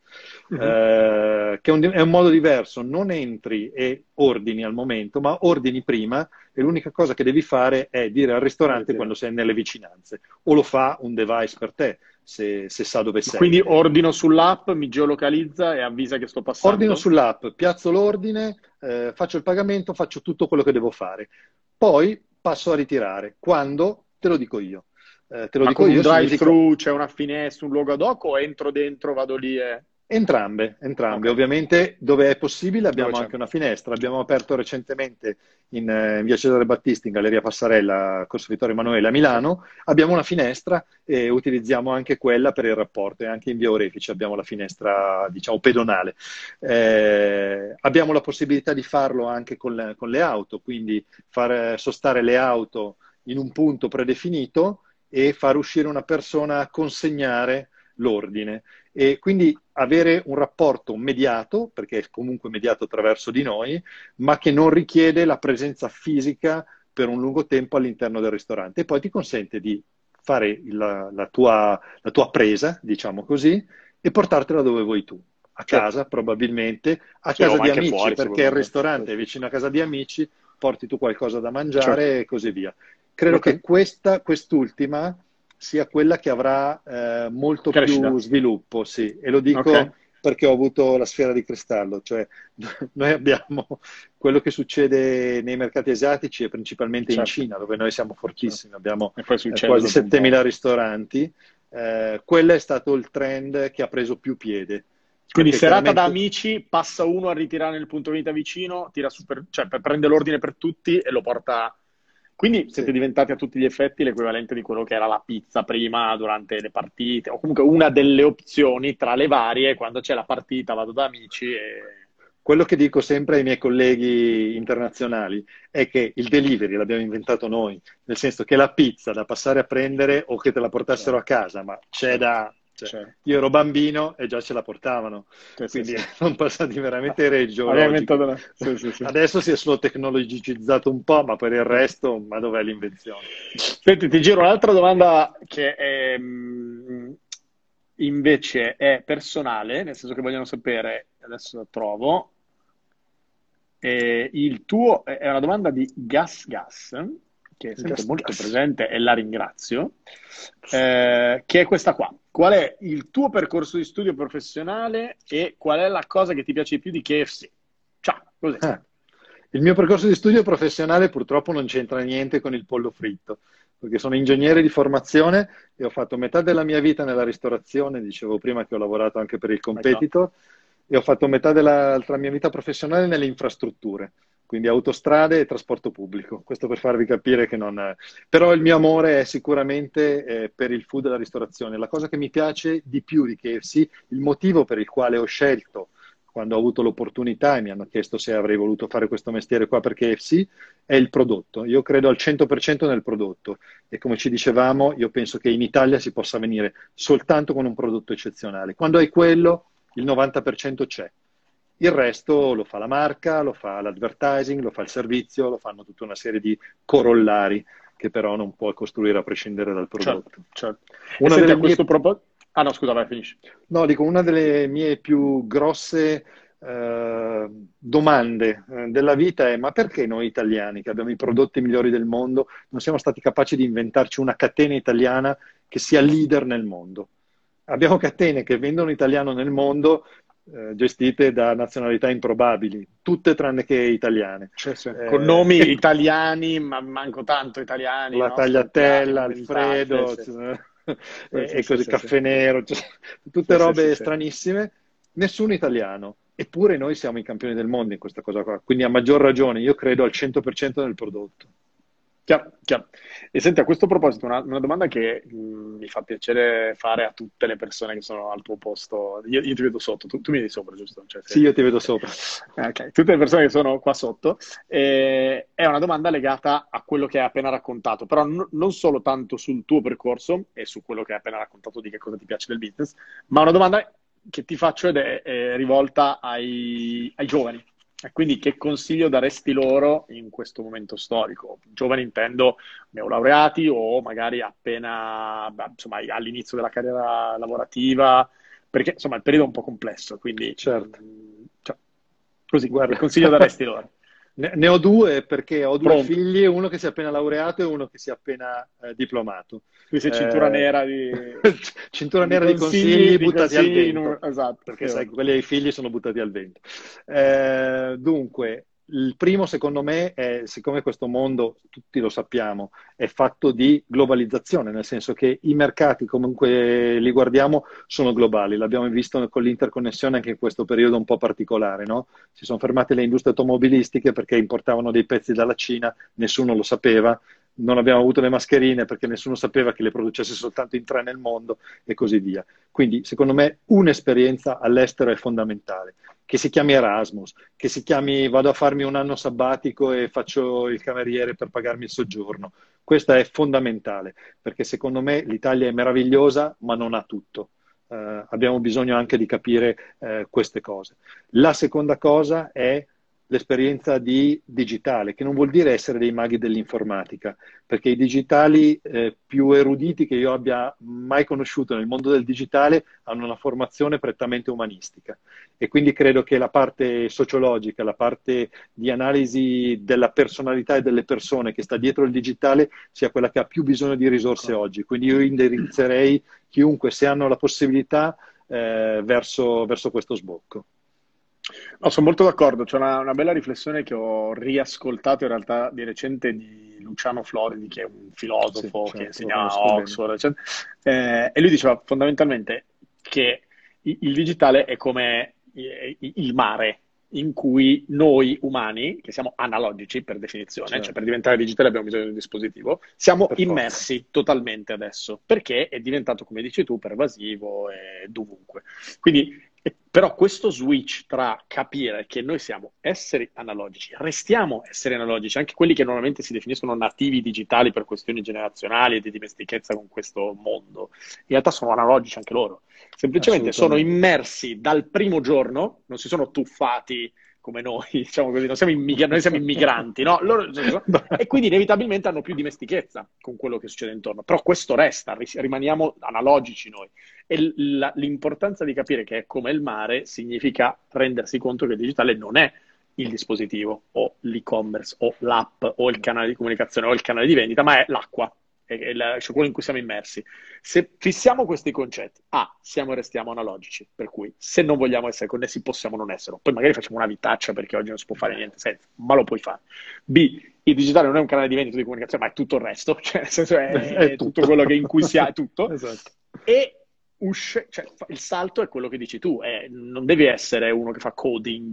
che è un modo diverso, non entri e ordini al momento, ma ordini prima e l'unica cosa che devi fare è dire al ristorante quando sei nelle vicinanze, o lo fa un device per te, se sa dove sei. Quindi ordino sull'app, mi geolocalizza e avvisa che sto passando? Ordino sull'app, piazzo l'ordine, faccio il pagamento, faccio tutto quello che devo fare. Poi passo a ritirare. Quando? Te lo dico io. Te lo Ma dico con un io, drive-thru c'è una finestra, un luogo ad hoc o entro dentro, vado lì e... Entrambe. Ok. Ovviamente dove è possibile abbiamo Dove c'è? anche una finestra. Abbiamo aperto recentemente in via Cesare Battisti, in Galleria Passarella, Corso Vittorio Emanuele a Milano. Abbiamo una finestra e utilizziamo anche quella per il rapporto e anche in via Orefice abbiamo la finestra, diciamo, pedonale. Abbiamo la possibilità di farlo anche con le auto, quindi far sostare le auto in un punto predefinito e far uscire una persona a consegnare l'ordine. E quindi avere un rapporto mediato, perché è comunque mediato attraverso di noi, ma che non richiede la presenza fisica per un lungo tempo all'interno del ristorante. E poi ti consente di fare la tua presa, diciamo così, e portartela dove vuoi tu. A casa, probabilmente, a Sì, casa ma di anche amici, fuori, perché il sicuramente. ristorante è vicino a casa di amici, porti tu qualcosa da mangiare Certo. e così via. Credo Ok. che quest'ultima sia quella che avrà molto Crescita. più sviluppo, sì, e lo dico Ok. perché ho avuto la sfera di cristallo, cioè noi abbiamo quello che succede nei mercati asiatici e principalmente in Certo. Cina, dove noi siamo fortissimi, abbiamo E poi succede quasi dopo un po'. 7.000 ristoranti, quello è stato il trend che ha preso più piede. Quindi Perché serata da chiaramente amici, passa uno a ritirare nel punto vendita vicino, tira su cioè prende l'ordine per tutti e lo porta. Quindi sì. siete diventati a tutti gli effetti l'equivalente di quello che era la pizza prima durante le partite, o comunque una delle opzioni tra le varie, quando c'è la partita vado da amici e... Quello che dico sempre ai miei colleghi internazionali è che il delivery l'abbiamo inventato noi, nel senso che la pizza da passare a prendere o che te la portassero a casa, ma c'è da... Certo. Io ero bambino e già ce la portavano, Sì, quindi sì. sono passati veramente Abbiamo geologici. inventato sì. Adesso si è solo tecnologicizzato un po', ma per il resto, ma dov'è l'invenzione? Senti, ti giro un'altra domanda che è, invece è personale, nel senso che vogliono sapere, adesso la trovo, il tuo è una domanda di Gas, che è sempre molto presente e la ringrazio, che è questa qua. Qual è il tuo percorso di studio professionale e qual è la cosa che ti piace di più di KFC? Ciao, così. Il mio percorso di studio professionale purtroppo non c'entra niente con il pollo fritto, perché sono ingegnere di formazione e ho fatto metà della mia vita nella ristorazione, dicevo prima che ho lavorato anche per il competitor, e ho fatto metà dell'altra mia vita professionale nelle infrastrutture, quindi autostrade e trasporto pubblico. Questo per farvi capire che non... Però il mio amore è sicuramente per il food e la ristorazione. La cosa che mi piace di più di KFC, il motivo per il quale ho scelto, quando ho avuto l'opportunità e mi hanno chiesto se avrei voluto fare questo mestiere qua per KFC, è il prodotto. Io credo al 100% nel prodotto e come ci dicevamo, io penso che in Italia si possa venire soltanto con un prodotto eccezionale. Quando hai quello, il 90% c'è. Il resto lo fa la marca, lo fa l'advertising, lo fa il servizio, lo fanno tutta una serie di corollari che però non puoi costruire a prescindere dal prodotto. Certo. Una senti, delle a questo mie... proposito... Ah no, scusa, vai, finisci. No, dico, una delle mie più grosse domande della vita è: ma perché noi italiani, che abbiamo i prodotti migliori del mondo, non siamo stati capaci di inventarci una catena italiana che sia leader nel mondo? Abbiamo catene che vendono italiano nel mondo, gestite da nazionalità improbabili, tutte tranne che italiane. Con nomi italiani, ma manco tanto italiani. La no? Tagliatella, Alfredo, e così, Caffè Nero, cioè, tutte robe stranissime, nessuno italiano. Eppure noi siamo i campioni del mondo in questa cosa qua. Quindi a maggior ragione io credo al 100% nel prodotto. Chiaro. E senti, a questo proposito, una domanda che mi fa piacere fare a tutte le persone che sono al tuo posto. Io ti vedo sotto, tu mi vedi sopra, giusto? Cioè, Sì, io ti vedo sopra. Ok, tutte le persone che sono qua sotto. È una domanda legata a quello che hai appena raccontato, però non solo tanto sul tuo percorso e su quello che hai appena raccontato di che cosa ti piace del business, ma una domanda che ti faccio ed è rivolta ai giovani. E quindi che consiglio daresti loro in questo momento storico? Giovani intendo neolaureati o magari appena, insomma, all'inizio della carriera lavorativa, perché insomma il periodo è un po' complesso, quindi certo. Così, guarda, che consiglio daresti loro? Ne ho due perché ho due Pronto. figli, uno che si è appena laureato e uno che si è appena diplomato. Qui sei cintura nera di... cintura nera di consigli buttati al vento. Esatto. Perché sai, quelli dei figli sono buttati al vento. Dunque, il primo secondo me è, siccome questo mondo, tutti lo sappiamo, è fatto di globalizzazione, nel senso che i mercati comunque li guardiamo sono globali, l'abbiamo visto con l'interconnessione anche in questo periodo un po' particolare, no? Si sono fermate le industrie automobilistiche perché importavano dei pezzi dalla Cina, nessuno lo sapeva, non abbiamo avuto le mascherine perché nessuno sapeva che le producesse soltanto in 3 nel mondo e così via. Quindi secondo me un'esperienza all'estero è fondamentale, che si chiami Erasmus, che si chiami vado a farmi un anno sabbatico e faccio il cameriere per pagarmi il soggiorno. Questa è fondamentale, perché secondo me l'Italia è meravigliosa, ma non ha tutto. Abbiamo bisogno anche di capire queste cose. La seconda cosa è l'esperienza di digitale, che non vuol dire essere dei maghi dell'informatica, perché i digitali più eruditi che io abbia mai conosciuto nel mondo del digitale hanno una formazione prettamente umanistica e quindi credo che la parte sociologica, la parte di analisi della personalità e delle persone che sta dietro il digitale sia quella che ha più bisogno di risorse oggi. Quindi io indirizzerei chiunque, se hanno la possibilità, verso questo sbocco. No, sono molto d'accordo, c'è una bella riflessione che ho riascoltato in realtà di recente di Luciano Floridi, che è un filosofo che insegna a Oxford, e lui diceva fondamentalmente che il digitale è come il mare, in cui noi umani, che siamo analogici per definizione, cioè per diventare digitale abbiamo bisogno di un dispositivo, siamo immersi totalmente adesso, perché è diventato, come dici tu, pervasivo e dovunque. Quindi però questo switch tra capire che noi siamo esseri analogici, restiamo esseri analogici, anche quelli che normalmente si definiscono nativi digitali per questioni generazionali e di dimestichezza con questo mondo, in realtà sono analogici anche loro. Semplicemente sono immersi dal primo giorno, non si sono tuffati come noi, diciamo così, noi siamo immigranti, no? E quindi inevitabilmente hanno più dimestichezza con quello che succede intorno. Però questo resta, rimaniamo analogici noi. E l'importanza di capire che è come il mare significa rendersi conto che il digitale non è il dispositivo, o l'e-commerce, o l'app, o il canale di comunicazione, o il canale di vendita, ma è l'acqua. Cioè quello in cui siamo immersi. Se fissiamo questi concetti, siamo e restiamo analogici, per cui se non vogliamo essere connessi possiamo non esserlo, poi magari facciamo una vitaccia perché oggi non si può fare niente senza, ma lo puoi fare. B, il digitale non è un canale di vendita di comunicazione, ma è tutto il resto, cioè nel senso è tutto quello che in cui si ha, è tutto. Esatto. E cioè, il salto è quello che dici tu, non devi essere uno che fa coding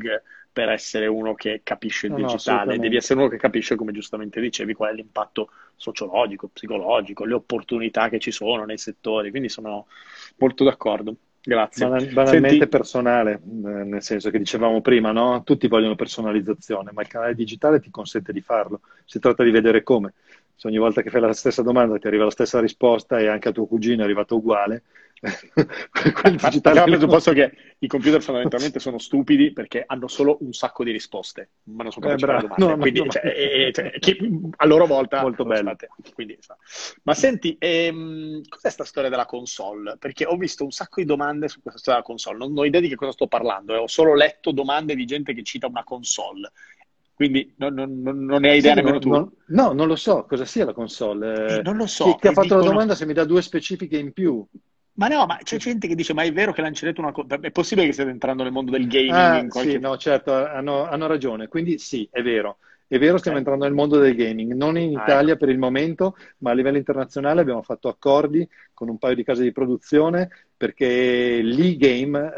per essere uno che capisce il No, no, digitale, devi assolutamente. essere uno che capisce, come giustamente dicevi, qual è l'impatto sociologico, psicologico, le opportunità che ci sono nei settori, quindi sono molto d'accordo. Grazie. Banalmente Senti, personale, nel senso che dicevamo prima, no? Tutti vogliono personalizzazione, ma il canale digitale ti consente di farlo. Si tratta di vedere come. Se ogni volta che fai la stessa domanda ti arriva la stessa risposta e anche a tuo cugino è arrivata uguale, quel partiamo dal digitale no. presupposto che i computer fondamentalmente sono stupidi perché hanno solo un sacco di risposte, ma non sono capaci di fare Bravo, domande. no, no, Quindi, no. a loro volta, Molto bello. quindi, ma senti, cos'è sta storia della console? Perché ho visto un sacco di domande su questa storia della console. Non ho idea di che cosa sto parlando, ho solo letto domande di gente che cita una console. Quindi non ne hai idea Sì, nemmeno tu? no, non lo so cosa sia la console. Non lo Chi, so, chi ha e fatto la dicono. domanda se mi dà due specifiche in più? Ma no, ma c'è gente che dice, ma è vero che lancerete una cosa? È possibile che stiate entrando nel mondo del gaming Ah, in sì, qualche. no, certo, hanno ragione. Quindi sì, è vero. È vero, stiamo Ok. entrando nel mondo del gaming, non in Ah, ecco. Italia per il momento, ma a livello internazionale abbiamo fatto accordi con un paio di case di produzione perché l'e-game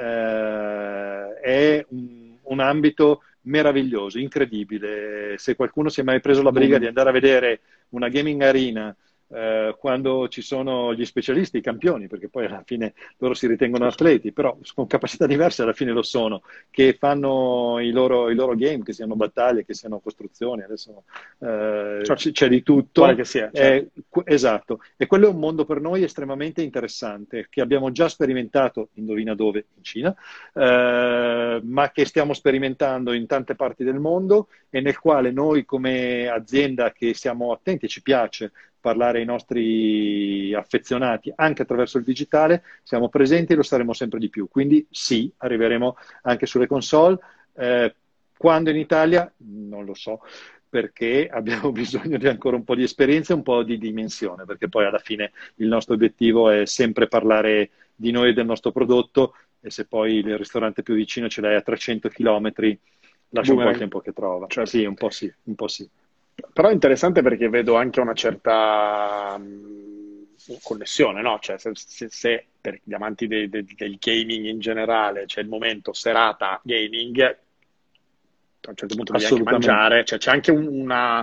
è un ambito meraviglioso, incredibile. Se qualcuno si è mai preso la briga di Booming. andare a vedere una gaming arena quando ci sono gli specialisti, i campioni, perché poi alla fine loro si ritengono Certo. atleti, però con capacità diverse alla fine lo sono, che fanno i loro game, che siano battaglie, che siano costruzioni, adesso Certo. c'è di Quale tutto. che sia, certo. Esatto, e quello è un mondo per noi estremamente interessante, che abbiamo già sperimentato, indovina dove, in Cina, ma che stiamo sperimentando in tante parti del mondo e nel quale noi come azienda che siamo attenti e ci piace parlare ai nostri affezionati anche attraverso il digitale, siamo presenti e lo saremo sempre di più. Quindi sì, arriveremo anche sulle console. Quando in Italia? Non lo so, perché abbiamo bisogno di ancora un po' di esperienza e un po' di dimensione, perché poi alla fine il nostro obiettivo è sempre parlare di noi e del nostro prodotto e se poi il ristorante più vicino ce l'hai a 300 km, lascia un po' il Boomerang. tempo che trova. Certo. Sì, un po' sì, un po' sì. Però è interessante perché vedo anche una certa connessione, no? Cioè, se per gli amanti del gaming in generale c'è il momento serata gaming, a un certo punto devi anche Assolutamente. mangiare, cioè c'è anche una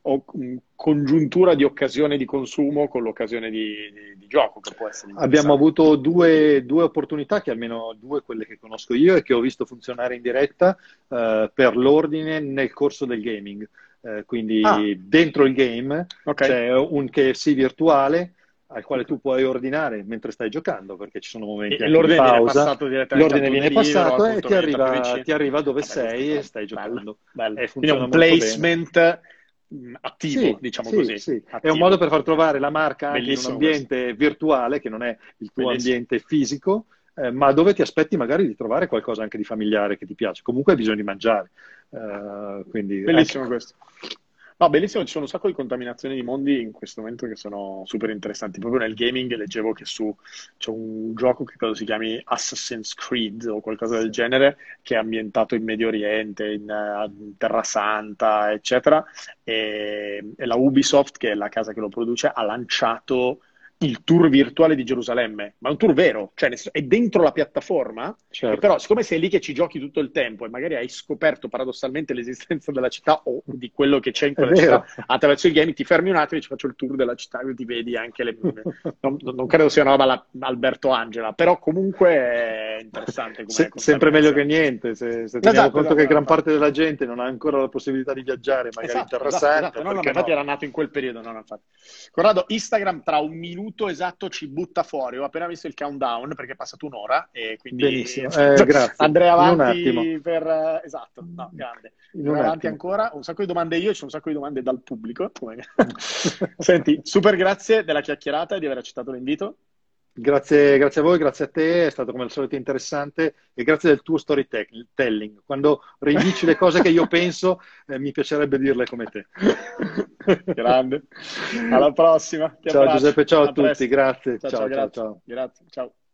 congiuntura di occasione di consumo con l'occasione di gioco che può essere Abbiamo interessante. avuto due opportunità, che almeno due quelle che conosco io e che ho visto funzionare in diretta per l'ordine nel corso del gaming. Ah, Quindi dentro il game ok. c'è un KFC virtuale al quale tu puoi ordinare mentre stai giocando, perché ci sono momenti E anche di l'ordine viene pausa. passato direttamente al L'ordine tuo viene delivery o al passato e punto vendita più vicino. ti arriva dove Vabbè, questa è sei e stai bella, giocando. bella. E Quindi è funziona un molto bene. placement attivo, Sì, diciamo sì, così. sì. È un modo Attivo. per far trovare la marca anche in un Bellissimo questo. ambiente virtuale, che non è il tuo Bellissimo. ambiente fisico, ma dove ti aspetti magari di trovare qualcosa anche di familiare che ti piace. Comunque hai bisogno di mangiare. Quindi anche. Bellissimo questo. No, bellissimo, ci sono un sacco di contaminazioni di mondi in questo momento che sono super interessanti. Proprio nel gaming leggevo che c'è un gioco che credo si chiami Assassin's Creed o qualcosa del Sì, genere, che è ambientato in Medio Oriente, in Terra Santa, eccetera. E la Ubisoft, che è la casa che lo produce, ha lanciato il tour virtuale di Gerusalemme, ma è un tour vero, cioè è dentro la piattaforma. E certo. però, siccome sei lì che ci giochi tutto il tempo e magari hai scoperto paradossalmente l'esistenza della città o di quello che c'è in È quella città vero. attraverso il game, ti fermi un attimo e ci faccio il tour della città e ti vedi anche le. Non credo sia una roba Alberto Angela, però comunque è interessante come Sempre meglio che contaminazione. niente, se teniamo Esatto, conto esatto, che no, gran infatti. parte della gente non ha ancora la possibilità di viaggiare, magari in Esatto, Terra esatto, Santa, esatto. No, no, ma perché infatti no? era nato in quel periodo, no, no, infatti. Corrado, Instagram tra un minuto esatto ci butta fuori. Ho appena visto il countdown perché è passata un'ora e quindi Benissimo, grazie. andrei In un attimo, avanti per. Esatto, no, grande. in un Andrei avanti attimo. ancora. Un sacco di domande io, c'è un sacco di domande dal pubblico. Senti, super grazie della chiacchierata e di aver accettato l'invito. Grazie a voi, grazie a te, è stato come al solito interessante e grazie del tuo storytelling. Quando ridici le cose che io penso, mi piacerebbe dirle come te. Grande. Alla prossima, ti Ciao abbraccio. Giuseppe, ciao a A tutti, presto. grazie. Ciao, ciao, Ciao, ciao, grazie. ciao. Grazie, ciao.